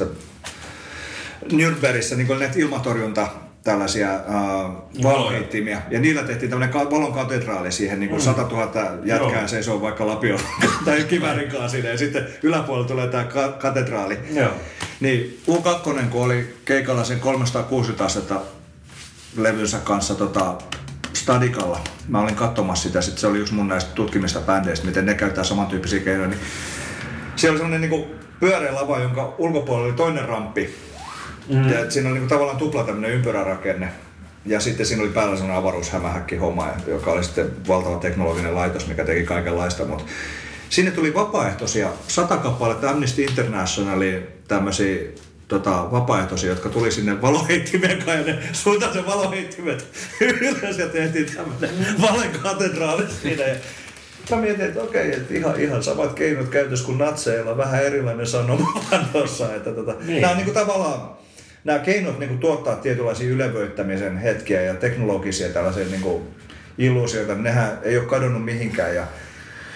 Nürnbergissä niin näitä ilmatorjunta tällaisia äh, valoheittimia. Ja niillä tehtiin tämmöinen ka- valon katedraali siihen, niin kuin mm. sata tuhatta jätkää Joo. seisoo vaikka lapiolla tai kiväärin kanssa siinä. Ja sitten yläpuolella tulee tämä ka- katedraali. Joo. Niin U kaksi, kun oli keikalla sen kolmesataakuusikymmentä astetta levynsä kanssa tota, Stadikalla. Mä olin katsomassa sitä, sit se oli yksi mun näistä tutkimista bändeistä, miten ne käyttää samantyyppisiä keinoja. Niin siellä oli semmoinen niin pyöreä lava, jonka ulkopuolella oli toinen ramppi. Mm. Ja siinä oli niin tavallaan tupla tämmöinen ympyrärakenne. Ja sitten siinä oli päällä semmoinen avaruushämähäkki-homma, joka oli sitten valtava teknologinen laitos, mikä teki kaikenlaista. Mutta sinne tuli vapaaehtoisia, sata kappaletta Amnesty Internationalin tämmöisiä tota, vapaaehtoisia, jotka tuli sinne valoheittimeen kai, ja ne suuntaan sen valoheittimet ylös ja tehtiin tämmöinen valekatedraali siinä. Ja mä mietin, että okei, että ihan, ihan samat keinot käytössä kuin natseilla, vähän erilainen sanoma vaan tossa. Että tota, niin. Nämä on niinku tavallaan, nämä keinot niinku tuottaa tietynlaisia ylevöittämisen hetkiä ja teknologisia tällaisia niinku illuusioita, nehän ei ole kadonnut mihinkään. Ja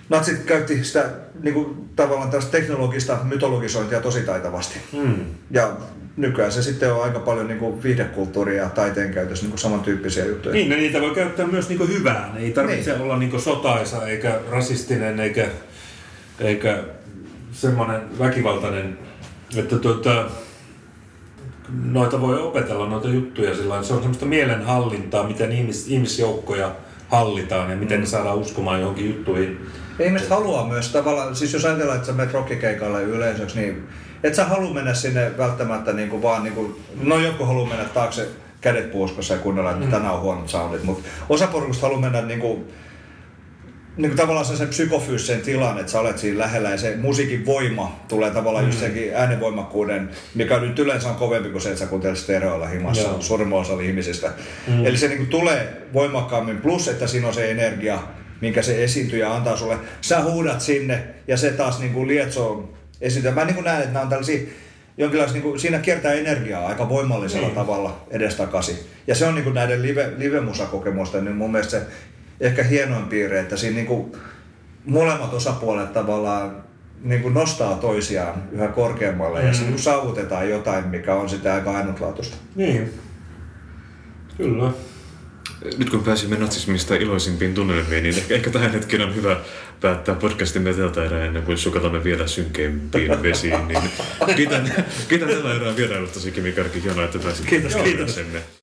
natsit käytti sitä niin kuin, tavallaan tällaista teknologista mytologisointia tosi taitavasti. Mm. Ja nykyään se sitten on aika paljon niin kuin viihdekulttuuria ja taiteen käytössä niin kuin samantyyppisiä juttuja. Niin, no niitä voi käyttää myös niin kuin hyvään. Ei tarvitse niin. olla niin kuin sotaisa eikä rasistinen eikä, eikä semmoinen väkivaltainen, että tuota, noita voi opetella noita juttuja sillä se on semmoista mielenhallintaa, miten ihmis, ihmisjoukkoja hallitaan ja miten mm. ne saadaan uskomaan johonkin juttuihin. Ja ihmiset haluaa myös tavallaan, siis jos ajatellaan, että sä menet rockikeikalle yleisöksi, niin et sä halua mennä sinne välttämättä niin kuin vaan, niin kuin, no jotkut haluaa mennä taakse kädet puuskossa ja kuunnella, että mm. tänään on huonot soundit, mutta osa porukasta haluaa mennä niin kuin, niin kuin tavallaan sen psykofyysisen tilan, että sä olet siinä lähellä ja se musiikin voima tulee tavallaan mm. just senkin äänenvoimakkuuden, mikä nyt yleensä on kovempi kuin se, että sä kuuntelet stereoilla himassa suurimman osalla ihmisistä. Mm. Eli se niin kuin tulee voimakkaammin, plus että siinä on se energia, minkä se esiintyjä antaa sulle. Sä huudat sinne ja se taas niin kuin lietsoo esiintyjä. Mä niin kuin näen, että nämä on tällaisia jonkinlaisia, niin kuin, siinä kiertää energiaa aika voimallisella mm. tavalla edestakaisin. Ja se on niin kuin näiden live, live-musakokemusten niin mun mielestä se ehkä hienoin piirre, että siinä niin kuin molemmat osapuolet tavallaan niin kuin nostaa toisiaan yhä korkeammalle mm. ja se niin kuin saavutetaan jotain, mikä on sitä aika ainutlaatuista. Niin, kyllä. Nyt kun pääsimme natsismista iloisimpiin tunnelmiin, niin ehkä, ehkä tähän hetken on hyvä päättää podcastin meteltä erää ennen kuin sukallamme vielä synkeimpiin vesiin. Niin kiitän, kiitän tällä erää vierailustasi, Kimi Kärki. Hienoa, että pääsit. Kiitos, kiitos.